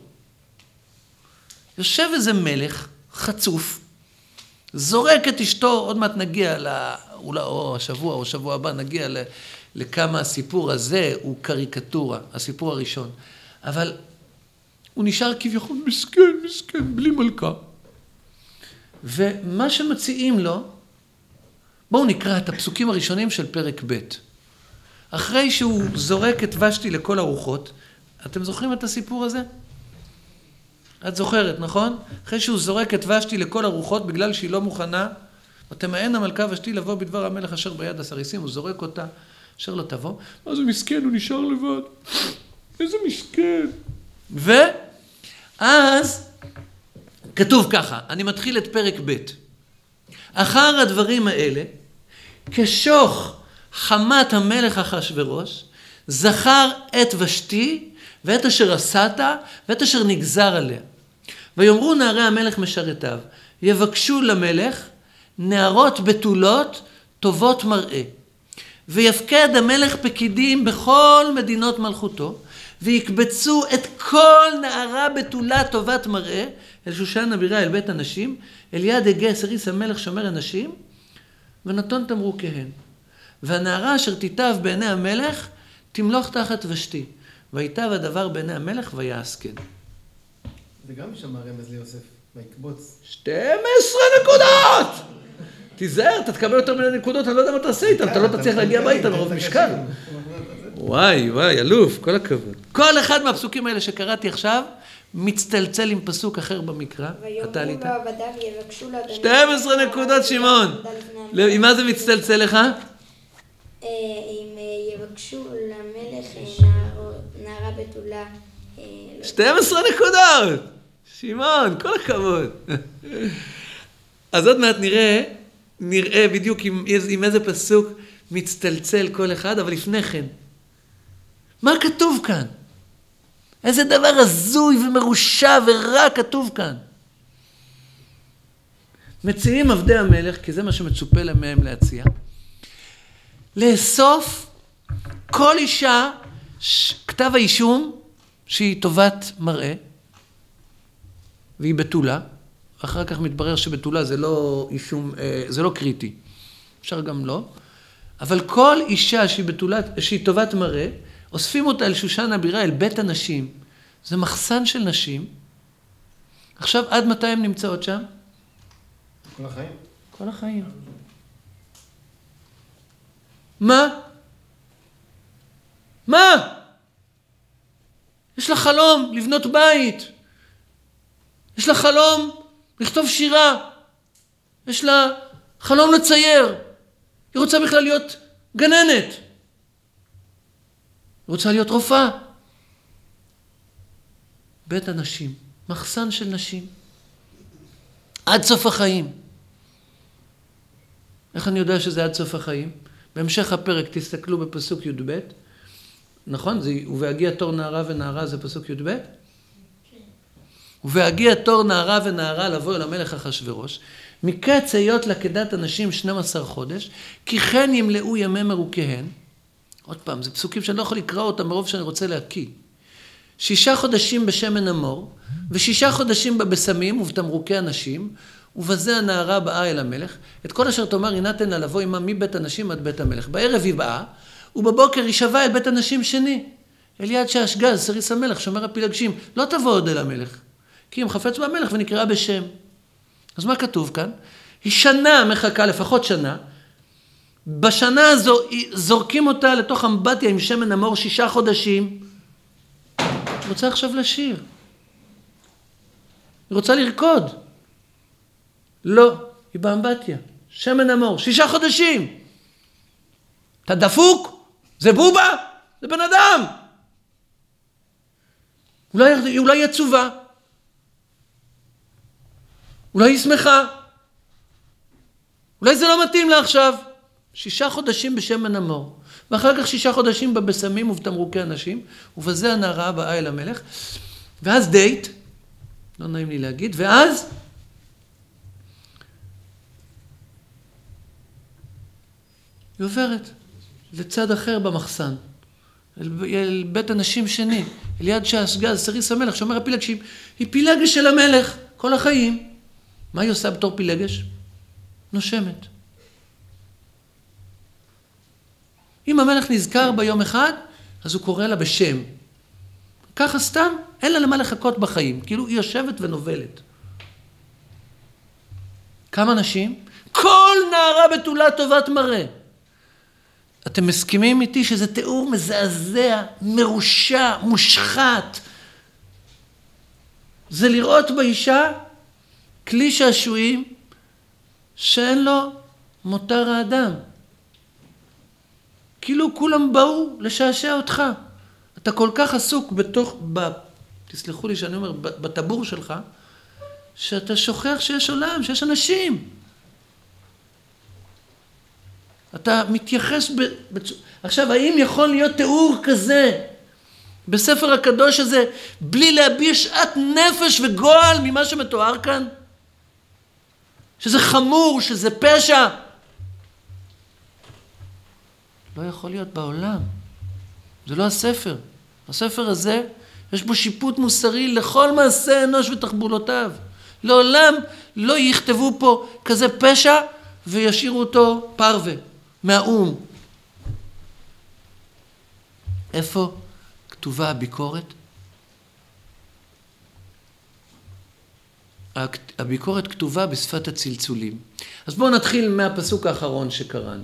יושב איזה מלך חצוף, זורק את אשתו, עוד מעט נגיע, לה, אולי, או השבוע או השבוע הבא נגיע ל... לכמה הסיפור הזה הוא קריקטורה, הסיפור הראשון. אבל הוא נשאר כביכול מסכן, מסכן, בלי מלכה. ומה שמציעים לו, בואו נקרא את הפסוקים הראשונים של פרק ב'. אחרי שהוא זורק את ושתי לכל הרוחות, אתם זוכרים את הסיפור הזה? את זוכרת, נכון? אחרי שהוא זורק את ושתי לכל הרוחות בגלל שהיא לא מוכנה, ותמאן המלכה ושתי לבוא בדבר המלך אשר ביד הסריסים, הוא זורק אותה. אשר לא תבוא, אז הוא מסכן, הוא נשאר לבד. איזה מסכן. ואז כתוב ככה, אני מתחיל את פרק ב'. אחר הדברים האלה, כשוך חמת המלך אחשוורוש, זכר את ושתי, ואת אשר עשת, ואת אשר נגזר עליה. ויאמרו נערי המלך משרתיו, יבקשו למלך נערות בתולות טובות מראה. ויפקד המלך פקידים בכל מדינות מלכותו, ויקבצו את כל נערה בתולה טובת מראה, אל שושן הבירה, אל בית הנשים, אל יד הגה סריס המלך שומר הנשים, ונתון תמרוקיהן. והנערה אשר תיטב בעיני המלך, תמלוך תחת ושתי. ויטב הדבר בעיני המלך ויעש כן. זה גם שם הרמז ליוסף, ויקבוץ. שתים עשרה נקודות! תיזהר, אתה תקבל יותר מיני נקודות, אני לא יודע מה תעשה איתם, אתה לא תצליח להגיע הביתה מרוב משקל. וואי, וואי, אלוף, כל הכבוד. כל אחד מהפסוקים האלה שקראתי עכשיו, מצטלצל עם פסוק אחר במקרא. ויאמרו לו עבדיו יבקשו לו... שתים עשרה נקודות, שמעון. עם מה זה מצטלצל לך? אם יבקשו למלך נערה בתולה... שתים עשרה נקודות! שמעון, כל הכבוד. אז עוד מעט נראה, נראה בדיוק עם, עם איזה פסוק מצטלצל כל אחד, אבל לפני כן, מה כתוב כאן? איזה דבר הזוי ומרושע ורע כתוב כאן. מציעים עבדי המלך, כי זה מה שמצופה מהם להציע, לאסוף כל אישה ש... כתב האישום שהיא טובת מראה, והיא בתולה. אחר כך מתברר שבתולה זה לא אישום, זה לא קריטי. אפשר גם לא. אבל כל אישה שהיא בתולת, שהיא טובת מראה, אוספים אותה אל שושן הבירה, אל בית הנשים. זה מחסן של נשים. עכשיו, עד מתי הן נמצאות שם? כל החיים. כל החיים. מה? מה? יש לה חלום לבנות בית. יש לה חלום לכתוב שירה. יש לה חלום לצייר. היא רוצה בכלל להיות גננת. היא רוצה להיות רופאה. בית הנשים, מחסן של נשים. עד סוף החיים. איך אני יודע שזה עד סוף החיים? בהמשך הפרק תסתכלו בפסוק י' ב', נכון? זה, ובהגיע תור נערה ונערה זה פסוק י' ב'? ובהגיע תור נערה ונערה לבוא אל המלך אחשוורוש, מקץ היות לקדת הנשים שנים עשר חודש, כי כן ימלאו ימי מרוקיהן. עוד פעם, זה פסוקים שאני לא יכול לקרוא אותם מרוב שאני רוצה להקיא. שישה חודשים בשמן המור, ושישה חודשים בבשמים ובתמרוקי הנשים, ובזה הנערה באה אל המלך. את כל אשר תאמר יינתן לה לבוא עמה מבית הנשים עד בית המלך. בערב היא באה, ובבוקר היא שבה אל בית הנשים שני. אל יד שאשגז, סריס המלך, שומר הפילגשים. לא תבוא עוד אל המלך, כי אם חפץ במלך ונקראה בשם. אז מה כתוב כאן? היא שנה מחכה, לפחות שנה. בשנה הזו זורקים אותה לתוך אמבטיה עם שמן המור שישה חודשים. היא רוצה עכשיו לשיר. היא רוצה לרקוד. לא, היא באמבטיה. שמן המור, שישה חודשים. אתה דפוק? זה בובה? זה בן אדם. אולי, אולי היא עצובה. אולי היא שמחה. אולי זה לא מתאים לה עכשיו. שישה חודשים בשמן המור. ואחר כך שישה חודשים בבשמים ובתמרוקי הנשים. ובזה הנערה באה אל המלך. ואז דייט. לא נעים לי להגיד. ואז היא עוברת לצד אחר במחסן. אל, אל בית הנשים שני. אל יד שאשגז, סריס המלך, שומר הפילגשים. היא פילגש של המלך כל החיים. מה היא עושה בתור פילגש? נושמת. אם המלך נזכר ביום אחד, אז הוא קורא לה בשם. ככה סתם, אין לה למה לחכות בחיים. כאילו היא יושבת ונובלת. כמה נשים? כל נערה בתולה טובת מראה. אתם מסכימים איתי שזה תיאור מזעזע, מרושע, מושחת. זה לראות באישה כלי שעשועים שאין לו מותר האדם. כאילו כולם באו לשעשע אותך. אתה כל כך עסוק בתוך, ב, תסלחו לי שאני אומר, בטבור שלך, שאתה שוכח שיש עולם, שיש אנשים. אתה מתייחס ב... בצ... עכשיו, האם יכול להיות תיאור כזה בספר הקדוש הזה, בלי להביע שאט נפש וגועל ממה שמתואר כאן? שזה חמור, שזה פשע. לא יכול להיות בעולם. זה לא הספר. הספר הזה, יש בו שיפוט מוסרי לכל מעשה אנוש ותחבולותיו. לעולם לא יכתבו פה כזה פשע וישאירו אותו פרווה מהאום. איפה כתובה הביקורת? הביקורת כתובה בשפת הצלצולים. אז בואו נתחיל מהפסוק האחרון שקראנו.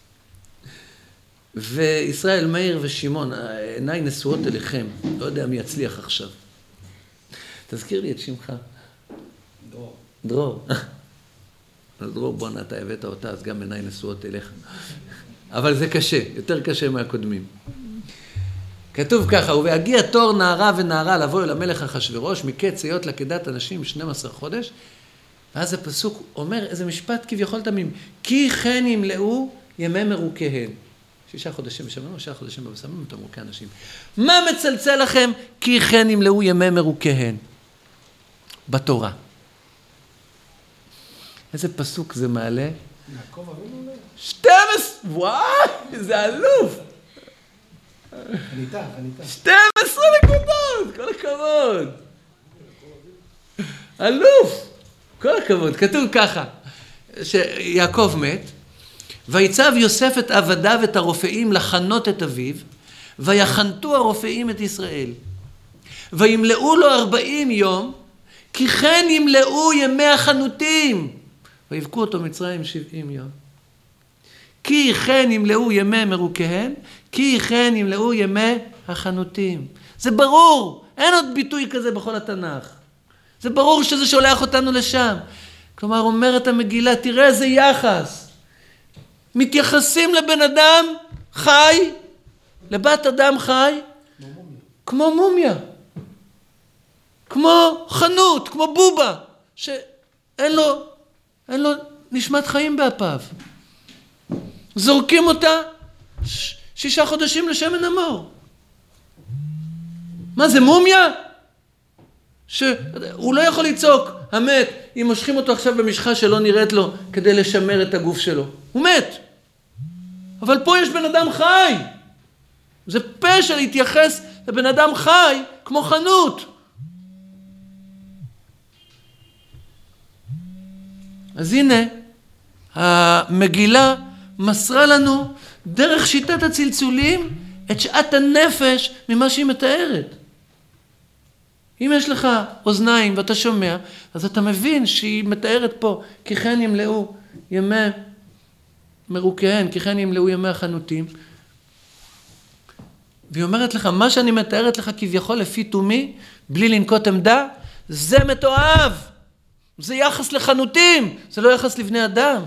וישראל מאיר ושמעון, עיניי נשואות אליכם. לא יודע מי יצליח עכשיו. תזכיר לי את שמך. דרור. דרור. אז דרור, בוא נה, אתה הבאת אותה, אז גם עיניי נשואות אליך. אבל זה קשה, יותר קשה מהקודמים. כתוב ככה, ובהגיע תור נערה ונערה לבוא אל המלך אחשוורוש, מקץ היות לקדת אנשים שנים עשר חודש, ואז הפסוק אומר איזה משפט כביכול תמים, כי כן ימלאו ימי מרוקיהן. שישה חודשים בשמיים, שישה חודשים בבשמים, את מרוקי אנשים. מה מצלצל לכם? כי כן ימלאו ימי מרוקיהן. בתורה. איזה פסוק זה מעלה? יעקב אבינו אומר. שתים עשרה! וואי, זה אלוף! אני איתך, אני איתך. שתים עשרה נקודות! כל הכבוד! אלוף! כל הכבוד. כתוב ככה, שיעקב מת, ויצב יוסף את עבדיו את הרופאים לחנות את אביו, ויחנתו הרופאים את ישראל. וימלאו לו ארבעים יום, כי כן ימלאו ימי החנותים. ויבכו אותו מצרים שבעים יום. כי כן ימלאו ימי מרוקיהן, כי כן ימלאו ימי החנותים. זה ברור, אין עוד ביטוי כזה בכל התנ"ך. זה ברור שזה שולח אותנו לשם. כלומר, אומרת המגילה, תראה איזה יחס. מתייחסים לבן אדם חי, לבת אדם חי, כמו מומיה. כמו חנות, כמו בובה, שאין לו, אין לו נשמת חיים באפיו. זורקים אותה ש- שישה חודשים לשמן המור. מה זה, מומיה? שהוא לא יכול לצעוק, המת, אם מושכים אותו עכשיו במשחה שלא נראית לו כדי לשמר את הגוף שלו. הוא מת. אבל פה יש בן אדם חי. זה פשע להתייחס לבן אדם חי כמו חנות. אז הנה, המגילה מסרה לנו דרך שיטת הצלצולים את שעת הנפש ממה שהיא מתארת. אם יש לך אוזניים ואתה שומע, אז אתה מבין שהיא מתארת פה, כי כן ימלאו ימי מרוקיהן, כי כן ימלאו ימי החנותים. והיא אומרת לך, מה שאני מתארת לך כביכול לפי תומי, בלי לנקוט עמדה, זה מתועב. זה יחס לחנותים, זה לא יחס לבני אדם.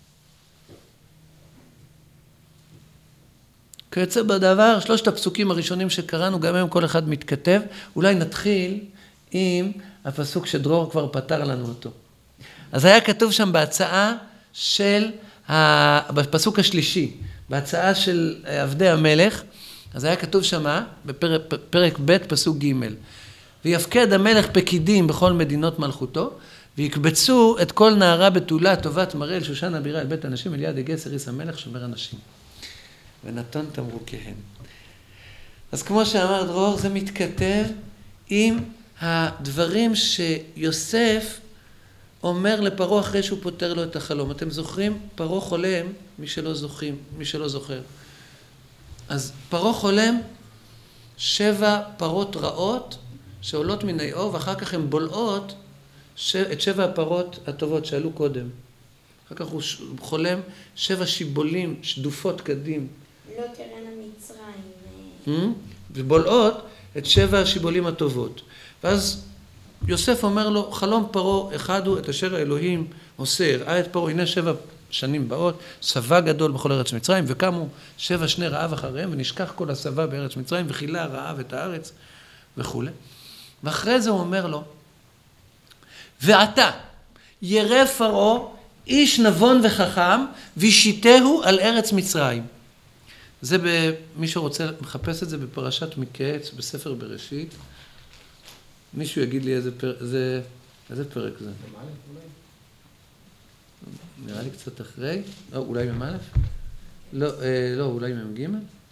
כיוצא בדבר, שלושת הפסוקים הראשונים שקראנו, גם הם כל אחד מתכתב. אולי נתחיל עם הפסוק שדרור כבר פתר לנו אותו. אז היה כתוב שם בהצעה של, בפסוק השלישי, בהצעה של עבדי המלך, אז היה כתוב שם בפרק ב' פסוק ג' ויפקד המלך פקידים בכל מדינות מלכותו, ויקבצו את כל נערה בתולה טובת מראה אל שושן הבירה אל בית הנשים אל יד הגסר איס המלך שומר הנשים. ונתון תמרוקיהן. אז כמו שאמר דרור, זה מתכתב עם הדברים שיוסף אומר לפרעה אחרי שהוא פותר לו את החלום. אתם זוכרים? פרעה חולם, מי שלא זוכרים, מי שלא זוכר. אז פרעה חולם שבע פרות רעות שעולות מן האור, ואחר כך הן בולעות את שבע הפרות הטובות שעלו קודם. אחר כך הוא חולם שבע שיבולים שדופות קדים. לא תראינה מצרים. ובולעות את שבע השיבולים הטובות. ואז יוסף אומר לו, חלום פרעה אחד הוא את אשר האלוהים עושה, ראה את פרעה, הנה שבע שנים באות, צבא גדול בכל ארץ מצרים, וקמו שבע שני רעב אחריהם, ונשכח כל הצבא בארץ מצרים, וכילה הרעב את הארץ וכו'. ואחרי זה הוא אומר לו, ועתה, ירא פרעה איש נבון וחכם, וישיתהו על ארץ מצרים. זה מי שרוצה מחפש את זה בפרשת מקץ, בספר בראשית. מישהו יגיד לי איזה פרק זה, איזה פרק זה? נראה לי קצת אחרי. לא, אולי ממאלף? לא, אה, לא, אולי ממג'.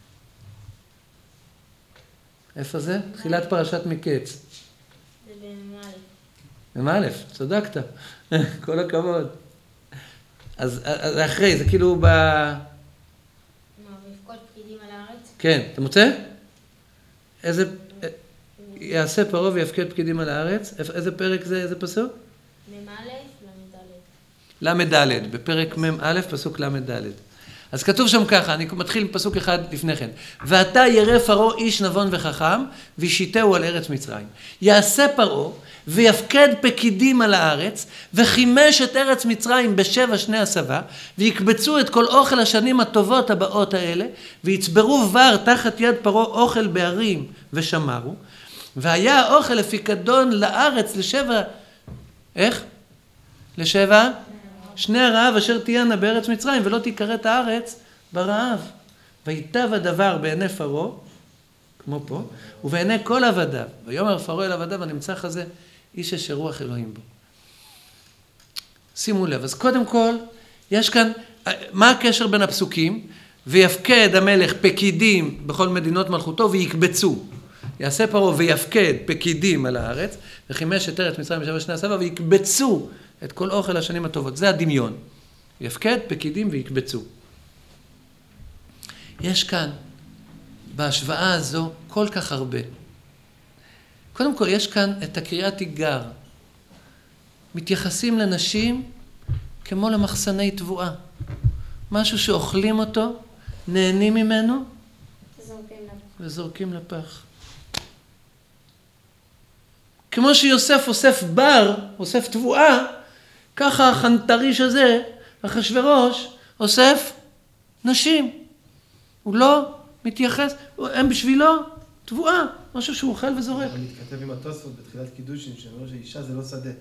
איפה זה? תחילת פרשת מקץ. זה במאלף. ממאלף, צדקת. כל הכבוד. אז, אז אחרי, זה כאילו ב... מה, ויפקוד פקידים על הארץ? כן, אתה מוצא? איזה... יעשה פרעה ויפקד פקידים על הארץ. איזה פרק זה, איזה פסוק? ממאלף, למד ד'. למד ד', בפרק מ"א, פסוק למד ד'. אז כתוב שם ככה, אני מתחיל עם פסוק אחד לפני כן. ועתה ירא פרעה איש נבון וחכם, וישיתהו על ארץ מצרים. יעשה פרעה ויפקד פקידים על הארץ, וחימש את ארץ מצרים בשבע שני הסבה, ויקבצו את כל אוכל השנים הטובות הבאות האלה, ויצברו בר תחת יד פרעה אוכל בערים ושמרו, והיה האוכל לפיקדון לארץ לשבע, איך? לשבע? שני הרעב אשר תהיינה בארץ מצרים, ולא תיכרת הארץ ברעב. ויטב הדבר בעיני פרעה, כמו פה, ובעיני כל עבדיו. ויאמר פרעה אל עבדיו, הנמצא הזה, איש אשר רוח אלוהים בו. שימו לב, אז קודם כל, יש כאן, מה הקשר בין הפסוקים? ויפקד המלך פקידים בכל מדינות מלכותו, ויקבצו. יעשה פרעה ויפקד פקידים על הארץ, וחימש את ארץ מצרים בשבע שני הסבה, ויקבצו את כל אוכל השנים הטובות. זה הדמיון. יפקד פקידים ויקבצו. יש כאן, בהשוואה הזו, כל כך הרבה. קודם כל, יש כאן את הקריאת תיגר. מתייחסים לנשים כמו למחסני תבואה. משהו שאוכלים אותו, נהנים ממנו, וזורקים לפח. כמו שיוסף אוסף בר, אוסף תבואה, ככה החנטריש הזה, אחשוורוש, אוסף נשים. הוא לא מתייחס, הם בשבילו תבואה, משהו שהוא אוכל וזורק. אני מתכתב עם התוספות בתחילת קידושין, שאומר שאישה זה לא שדה.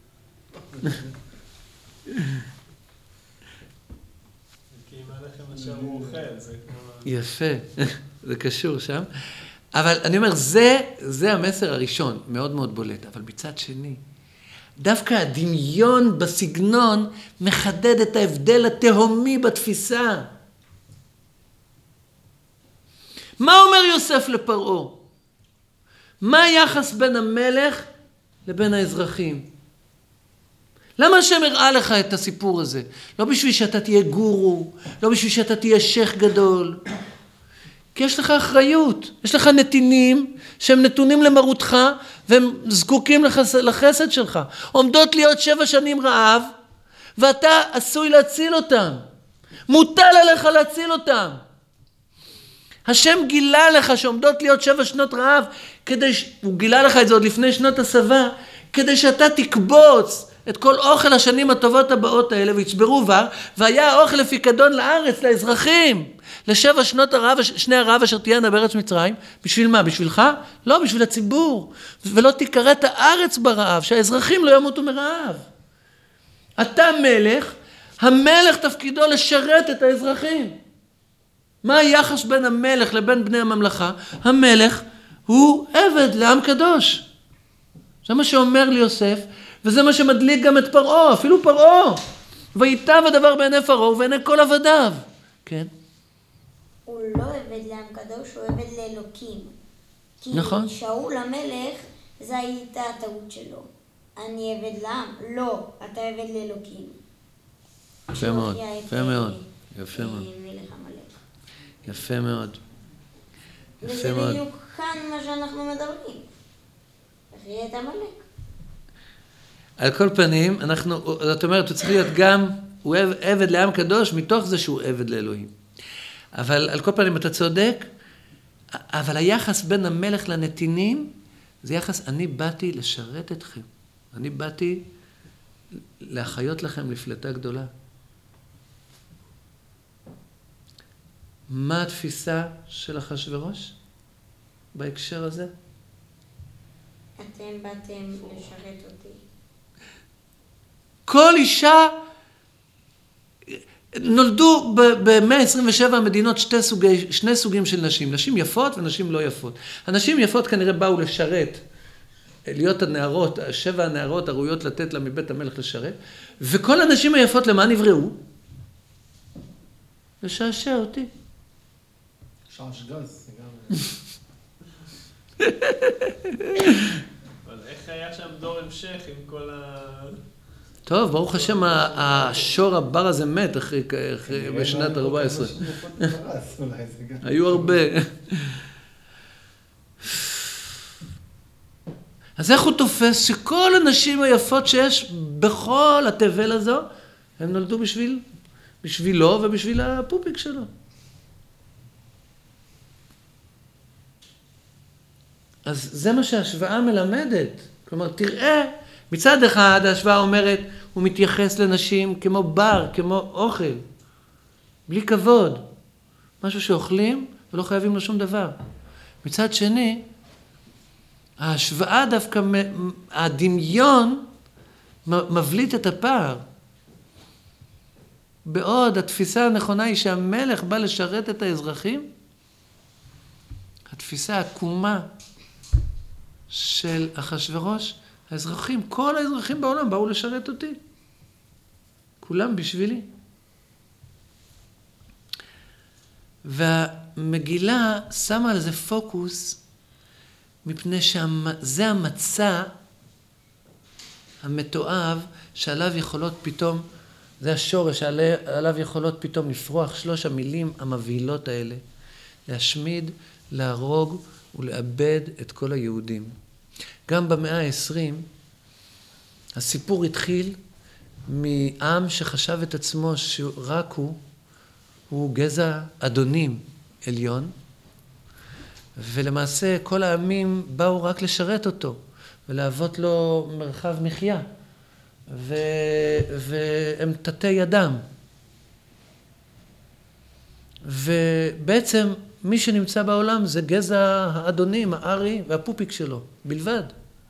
כי אם הלחם אשר הוא אוכל, זה כמו... יפה, זה קשור שם. אבל אני אומר, זה, זה המסר הראשון, מאוד מאוד בולט. אבל מצד שני, דווקא הדמיון בסגנון מחדד את ההבדל התהומי בתפיסה. מה אומר יוסף לפרעה? מה היחס בין המלך לבין האזרחים? למה השם הראה לך את הסיפור הזה? לא בשביל שאתה תהיה גורו, לא בשביל שאתה תהיה שייך גדול. כי יש לך אחריות, יש לך נתינים שהם נתונים למרותך והם זקוקים לחס... לחסד שלך. עומדות להיות שבע שנים רעב ואתה עשוי להציל אותם. מוטל עליך להציל אותם. השם גילה לך שעומדות להיות שבע שנות רעב, כדי ש... הוא גילה לך את זה עוד לפני שנות הסבה, כדי שאתה תקבוץ את כל אוכל השנים הטובות הבאות האלה ויצברו בר, והיה האוכל לפיקדון לארץ, לאזרחים, לשבע שנות הרעב, שני הרעב אשר תהיינה בארץ מצרים. בשביל מה? בשבילך? לא, בשביל הציבור. ולא תיכרת הארץ ברעב, שהאזרחים לא ימותו מרעב. אתה מלך, המלך תפקידו לשרת את האזרחים. מה היחס בין המלך לבין בני הממלכה? המלך הוא עבד לעם קדוש. זה מה שאומר לי יוסף, וזה מה שמדליק גם את פרעה, אפילו פרעה. ויטב הדבר בעיני פרעה ובעיני כל עבדיו. כן? הוא לא עבד לעם קדוש, הוא עבד לאלוקים. כי נכון. שאול המלך, זה הייתה הטעות שלו. אני עבד לעם? לא, אתה עבד לאלוקים. יפה מאוד, יפה מאוד, יפה מאוד. מלך המלך. יפה מאוד. וזה בדיוק כאן מה שאנחנו מדברים. אחרי את המלך. על כל פנים, אנחנו, זאת אומרת, הוא צריך להיות גם, הוא עבד לעם קדוש, מתוך זה שהוא עבד לאלוהים. אבל על כל פנים, אתה צודק, אבל היחס בין המלך לנתינים, זה יחס, אני באתי לשרת אתכם. אני באתי להחיות לכם לפלטה גדולה. מה התפיסה של אחשוורוש בהקשר הזה? אתם באתם לשרת אותי. כל אישה, נולדו ב-מאה עשרים ושבע המדינות שתי סוגי, שני סוגים של נשים, נשים יפות ונשים לא יפות. הנשים יפות כנראה באו לשרת, להיות הנערות, שבע הנערות הראויות לתת לה מבית המלך לשרת, וכל הנשים היפות למה נבראו? לשעשע אותי. שעש גז, זה גם... אבל איך היה שם דור המשך עם כל ה... טוב, ברוך השם, השור הבר הזה מת אחרי, אחרי, בשנת ארבע עשרה. היו הרבה. אז איך הוא תופס שכל הנשים היפות שיש בכל התבל הזו, הם נולדו בשביל, בשבילו ובשביל הפופיק שלו. אז זה מה שההשוואה מלמדת. כלומר, תראה, מצד אחד ההשוואה אומרת, הוא מתייחס לנשים כמו בר, כמו אוכל, בלי כבוד. משהו שאוכלים ולא חייבים לו שום דבר. מצד שני, ההשוואה דווקא, הדמיון מבליט את הפער. בעוד התפיסה הנכונה היא שהמלך בא לשרת את האזרחים, התפיסה העקומה של אחשוורוש, האזרחים, כל האזרחים בעולם באו לשרת אותי. כולם בשבילי. והמגילה שמה על זה פוקוס, מפני שזה המצע המתואב שעליו יכולות פתאום, זה השורש שעליו יכולות פתאום לפרוח שלוש המילים המבהילות האלה, להשמיד, להרוג ולאבד את כל היהודים. גם במאה העשרים, הסיפור התחיל מעם שחשב את עצמו שרק הוא, הוא גזע אדונים עליון, ולמעשה כל העמים באו רק לשרת אותו, ולהוות לו מרחב מחיה, ו... והם תתי ידם. ובעצם מי שנמצא בעולם זה גזע האדונים, הארי והפופיק שלו, בלבד.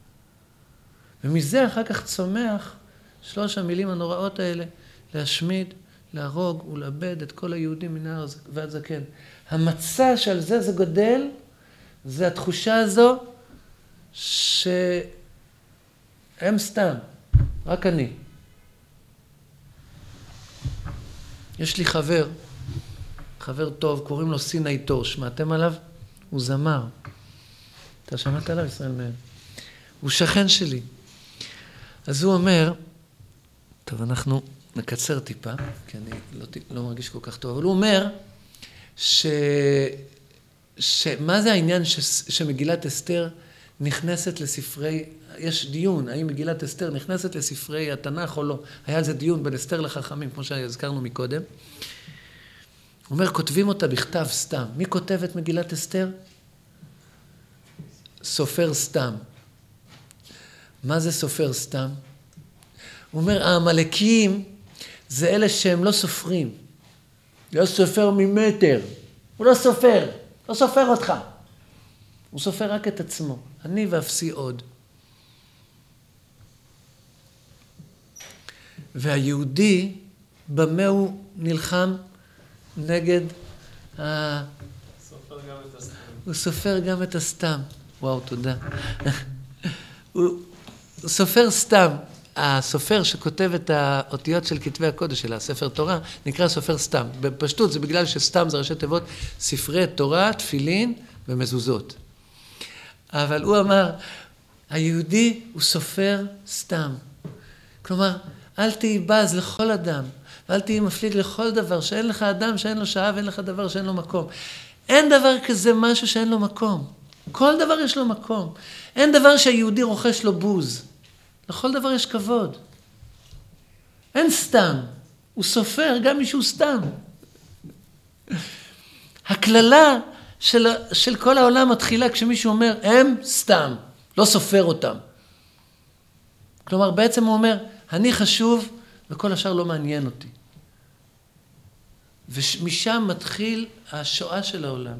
ומזה אחר כך צומח שלוש המילים הנוראות האלה, להשמיד, להרוג ולאבד את כל היהודים מנער ועד זקן. המצע שעל זה זה גדל, זה התחושה הזו שהם סתם, רק אני. יש לי חבר, חבר טוב, קוראים לו סיני תור, שמעתם עליו? הוא זמר. אתה שמעת עליו, ישראל מהם? הוא שכן שלי. אז הוא אומר, טוב, אנחנו נקצר טיפה, כי אני לא, לא מרגיש כל כך טוב, אבל הוא אומר, ש... שמה זה העניין ש... שמגילת אסתר נכנסת לספרי, יש דיון, האם מגילת אסתר נכנסת לספרי התנ"ך או לא. היה על זה דיון בין אסתר לחכמים, כמו שהזכרנו מקודם. הוא אומר, כותבים אותה בכתב סתם. מי כותב את מגילת אסתר? סופר סתם. מה זה סופר סתם? הוא אומר, העמלקים זה אלה שהם לא סופרים. לא סופר ממטר. הוא לא סופר. לא סופר אותך. הוא סופר רק את עצמו. אני ואפסי עוד. והיהודי, במה הוא נלחם נגד ה... סופר גם את הסתם. הוא סופר גם את הסתם. וואו, תודה. הוא סופר סתם. הסופר שכותב את האותיות של כתבי הקודש של הספר תורה, נקרא סופר סתם. בפשטות זה בגלל שסתם זה ראשי תיבות ספרי תורה, תפילין ומזוזות. אבל הוא אמר, היהודי הוא סופר סתם. כלומר, אל תהי בז לכל אדם, ואל תהי מפליג לכל דבר, שאין לך אדם שאין לו שעה ואין לך דבר שאין לו מקום. אין דבר כזה משהו שאין לו מקום. כל דבר יש לו מקום. אין דבר שהיהודי רוכש לו בוז. לכל דבר יש כבוד. אין סתם. הוא סופר גם מישהו סתם. הכללה של, של כל העולם מתחילה כשמישהו אומר, הם סתם, לא סופר אותם. כלומר, בעצם הוא אומר, אני חשוב וכל השאר לא מעניין אותי. ומשם מתחיל השואה של העולם.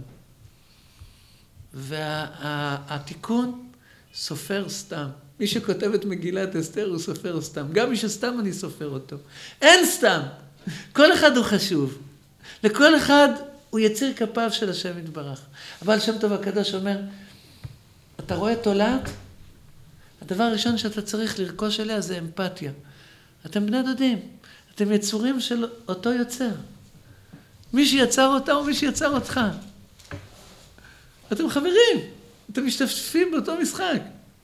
והתיקון סופר סתם. מי שכותב את מגילת אסתר הוא סופר סתם. גם מי שסתם אני סופר אותו. אין סתם. כל אחד הוא חשוב. לכל אחד הוא יציר כפיו של השם יתברך. אבל שם טוב הקדוש אומר, אתה רואה תולעת? הדבר הראשון שאתה צריך לרכוש אליה זה אמפתיה. אתם בני דודים. אתם יצורים של אותו יוצר. מי שיצר אותה הוא מי שיצר אותך. אתם חברים. אתם משתתפים באותו משחק.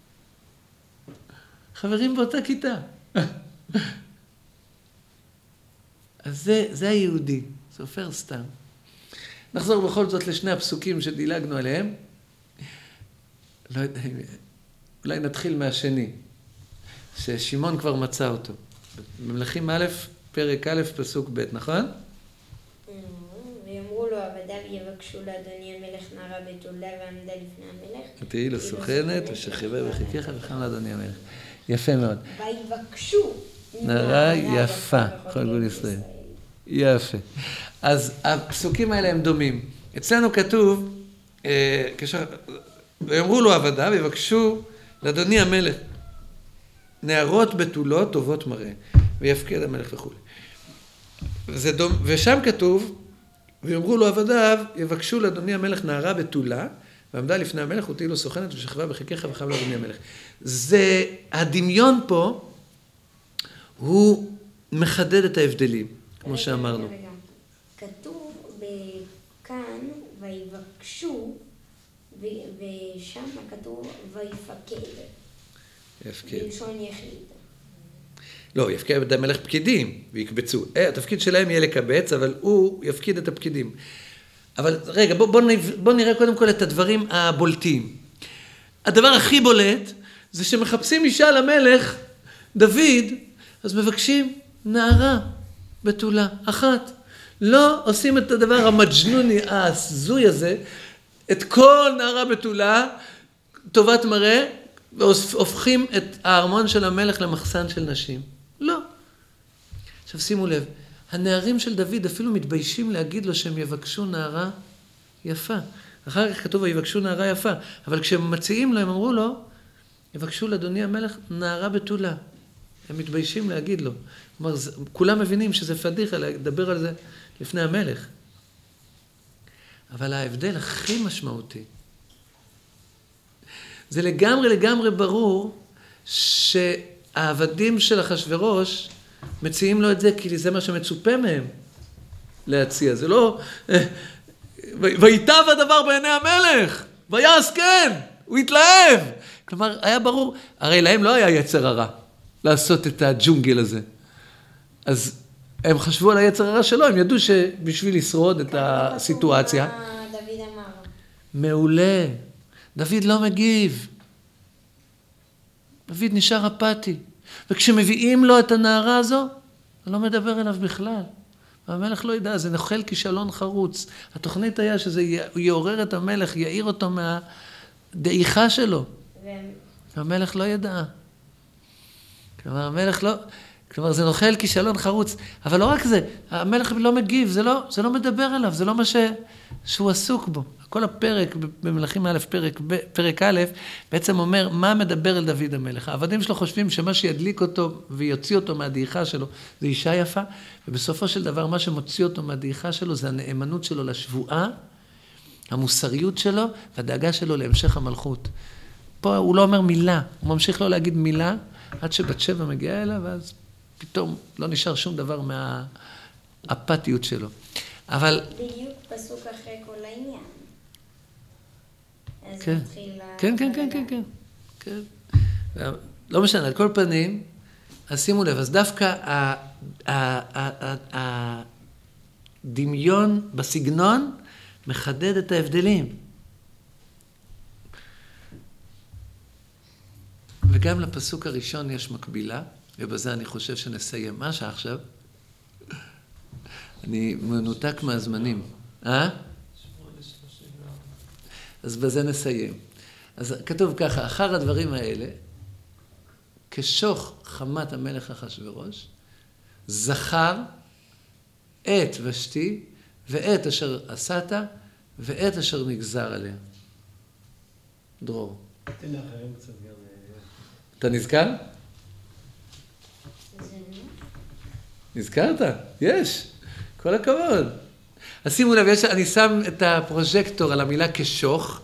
חברים באותה כיתה. אז זה, זה היהודי. סופר סתם. נחזור בכל זאת לשני הפסוקים שדילגנו עליהם. לא יודע, אולי נתחיל מהשני. ששמעון כבר מצא אותו. במלכים א', פרק א', פסוק ב', נכון? ויאמרו לו עבדיו יבקשו לאדוני המלך נערה בתולה ועמדה לפני המלך. ותהי לו סוכנת ושכיבה בחיקך וחם לאדוני המלך. יפה מאוד. ויבקשו. נערה יפה, כל גבול ישראל. יפה. אז הפסוקים האלה הם דומים. אצלנו כתוב, ויאמרו לו עבדיו יבקשו לאדוני המלך נערות בתולות טובות מראה ויפקד המלך וכו'. ושם כתוב, ויאמרו לו עבדיו, יבקשו לאדוני המלך נערה בתולה, ועמדה לפני המלך ותהי לו סוכנת ושכבה בחיקך וחם לאדוני המלך. זה, הדמיון פה, הוא מחדד את ההבדלים, כמו שאמרנו. כתוב כאן, ויבקשו, ושם כתוב, ויפקד. יפקד. בלשון יחיד. לא, יפקד המלך פקידים, ויקבצו. התפקיד שלהם יהיה לקבץ, אבל הוא יפקיד את הפקידים. אבל רגע, בוא, בוא, בוא נראה קודם כל את הדברים הבולטים. הדבר הכי בולט, זה שמחפשים אישה למלך, דוד, אז מבקשים נערה בתולה, אחת. לא עושים את הדבר המג'נוני, הזוי הזה, את כל נערה בתולה, טובת מראה, והופכים את הארמון של המלך למחסן של נשים. לא. עכשיו שימו לב, הנערים של דוד אפילו מתביישים להגיד לו שהם יבקשו נערה יפה. אחר כך כתוב, יבקשו נערה יפה. אבל כשהם מציעים לו, הם אמרו לו, יבקשו לאדוני המלך נערה בתולה. הם מתביישים להגיד לו. כלומר, כולם מבינים שזה פדיחה לדבר על זה לפני המלך. אבל ההבדל הכי משמעותי, זה לגמרי לגמרי ברור שהעבדים של אחשוורוש מציעים לו את זה כי זה מה שמצופה מהם להציע. זה לא, ויטב הדבר בעיני המלך, ויעש כן, הוא התלהב. כלומר, היה ברור, הרי להם לא היה יצר הרע לעשות את הג'ונגל הזה. אז הם חשבו על היצר הרע שלו, הם ידעו שבשביל לשרוד את הסיטואציה. דוד אמר. מעולה. דוד לא מגיב. דוד נשאר אפתי. וכשמביאים לו את הנערה הזו, אני לא מדבר אליו בכלל. והמלך לא ידע, זה נוכל כישלון חרוץ. התוכנית היה שזה יעורר את המלך, יעיר אותו מהדעיכה שלו. והמלך לא ידע. כלומר, המלך לא... כלומר, זה נוכל כישלון חרוץ. אבל לא רק זה, המלך לא מגיב, זה לא, זה לא מדבר אליו, זה לא מה ש... שהוא עסוק בו. כל הפרק במלכים א', פרק, פרק א', בעצם אומר מה מדבר אל דוד המלך. העבדים שלו חושבים שמה שידליק אותו ויוציא אותו מהדעיכה שלו זה אישה יפה, ובסופו של דבר מה שמוציא אותו מהדעיכה שלו זה הנאמנות שלו לשבועה, המוסריות שלו והדאגה שלו להמשך המלכות. פה הוא לא אומר מילה, הוא ממשיך לא להגיד מילה, עד שבת שבע מגיעה אליו, ואז פתאום לא נשאר שום דבר מהאפתיות שלו. אבל... בדיוק פסוק אחרי כל העניין. כן, כן, כן, כן, כן, כן, כן. לא משנה, על כל פנים, אז שימו לב, אז דווקא הדמיון בסגנון מחדד את ההבדלים. וגם לפסוק הראשון יש מקבילה, ובזה אני חושב שנסיים. מה שעכשיו? אני מנותק מהזמנים. אה? אז בזה נסיים. אז כתוב ככה, אחר הדברים האלה, כשוך חמת המלך אחשוורוש, זכר את ושתי ועת אשר עשת, ועת אשר נגזר עליה. דרור. תן לאחרים קצת גם... אתה נזכר? נזכרת? יש. כל הכבוד. אז שימו לב, יש, אני שם את הפרוז'קטור על המילה כשוך,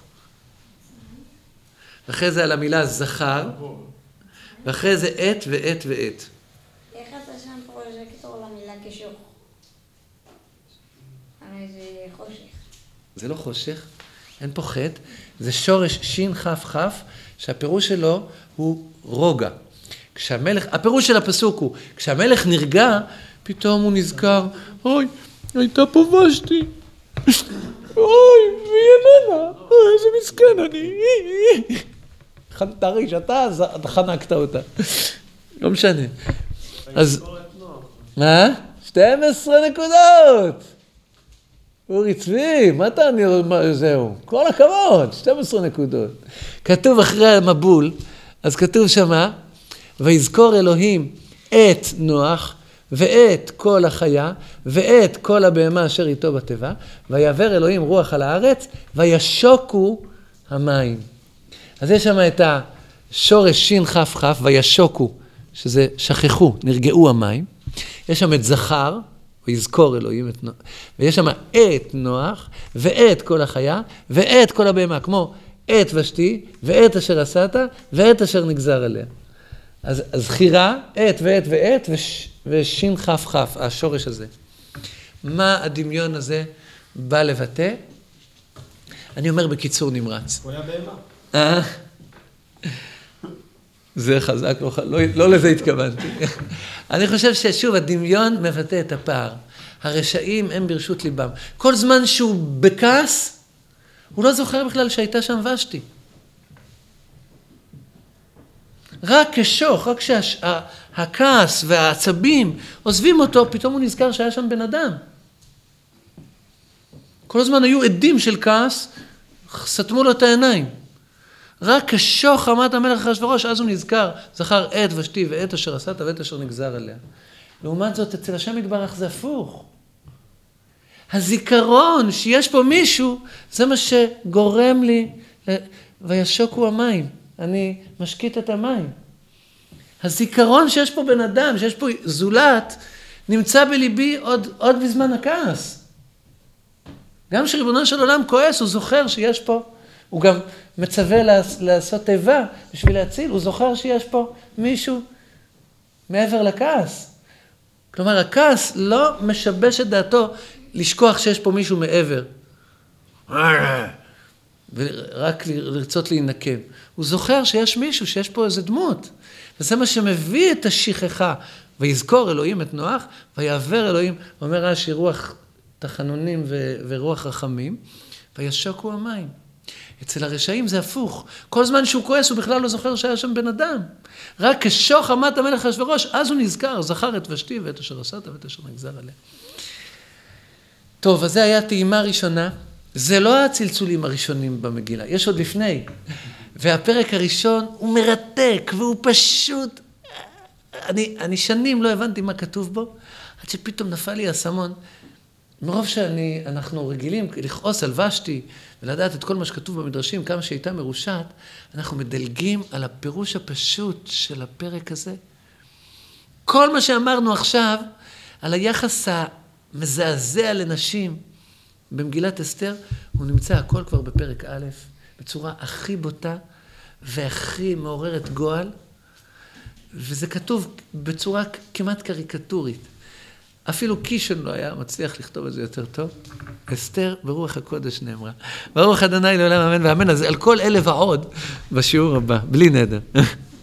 ואחרי זה על המילה זכר, ואחרי זה עת ועת ועת. איך אתה שם פרוז'קטור למילה כשוך? הרי זה חושך. זה לא חושך, אין פה חטא, זה שורש שין חף חף, שהפירוש שלו הוא רוגע. כשהמלך, הפירוש של הפסוק הוא, כשהמלך נרגע, פתאום הוא נזכר, אוי, הייתה פה ושתי. אוי, והיא איננה, אוי, איזה מסכן אני. חנטריש, אתה חנקת אותה. לא משנה. אז, מה? שתים עשרה נקודות. אורי צבי, מה אתה אני, זהו? כל הכבוד, שתים עשרה נקודות. כתוב אחרי המבול, אז כתוב שמה, ויזכור אלוהים את נוח, ואת כל החיה, ואת כל הבהמה אשר איתו בטבע, ויעבר אלוהים רוח על הארץ, וישוקו המים. אז יש שם את השורש שין חף חף, וישוקו, שזה שכחו, נרגעו המים. יש שם את זכר, ויזכור אלוהים את נוח, ויש שם את נוח, ואת כל החיה, ואת כל הבהמה, כמו את ושתי, ואת אשר עשת, ואת אשר נגזר עליה. אז זכירה, את ואת ואת, וש, ושין חף חף, השורש הזה. מה הדמיון הזה בא לבטא? אני אומר בקיצור נמרץ. הוא היה בהמה. אה? זה חזק, לא, לא, לא לזה התכוונתי. אני חושב ששוב, הדמיון מבטא את הפער. הרשעים הם ברשות ליבם. כל זמן שהוא בכעס, הוא לא זוכר בכלל שהייתה שם ושתי. רק כשוך, רק שהכעס והעצבים עוזבים אותו, פתאום הוא נזכר שהיה שם בן אדם. כל הזמן היו עדים של כעס, סתמו לו את העיניים. רק כשוך עמד המלך אחשוורוש, אז הוא נזכר, זכר עת ושתי ועת אשר עשת ועת אשר נגזר עליה. לעומת זאת, אצל השם יתברך זה הפוך. הזיכרון שיש פה מישהו, זה מה שגורם לי, וישוקו המים. אני משקיט את המים. הזיכרון שיש פה בן אדם, שיש פה זולת, נמצא בליבי עוד, עוד בזמן הכעס. גם שריבונו של עולם כועס, הוא זוכר שיש פה, הוא גם מצווה לעשות טבע בשביל להציל, הוא זוכר שיש פה מישהו מעבר לכעס. כלומר, הכעס לא משבש את דעתו לשכוח שיש פה מישהו מעבר. ורק לרצות להינקם. הוא זוכר שיש מישהו, שיש פה איזה דמות. וזה מה שמביא את השכחה. ויזכור אלוהים את נוח, ויעבר אלוהים, אומר רש"י, רוח תחנונים ו- ורוח רחמים, וישוקו המים. אצל הרשעים זה הפוך. כל זמן שהוא כועס, הוא בכלל לא זוכר שהיה שם בן אדם. רק כשוך עמד המלך אחשוורוש, אז הוא נזכר, זכר את ושתי ואת אשר עשת ואת אשר נגזר עליה. טוב, אז זה היה טעימה ראשונה. זה לא הצלצולים הראשונים במגילה, יש עוד לפני. והפרק הראשון הוא מרתק, והוא פשוט... אני, אני שנים לא הבנתי מה כתוב בו, עד שפתאום נפל לי אסמון. מרוב שאנחנו רגילים לכעוס על ושתי, ולדעת את כל מה שכתוב במדרשים, כמה שהייתה מרושעת, אנחנו מדלגים על הפירוש הפשוט של הפרק הזה. כל מה שאמרנו עכשיו, על היחס המזעזע לנשים, במגילת אסתר, הוא נמצא הכל כבר בפרק א', בצורה הכי בוטה והכי מעוררת גועל, וזה כתוב בצורה כמעט קריקטורית. אפילו קישון לא היה מצליח לכתוב את זה יותר טוב. אסתר ברוח הקודש נאמרה. ברוך אדוני לעולם אמן ואמן. אז על כל אלה ועוד בשיעור הבא, בלי נדר.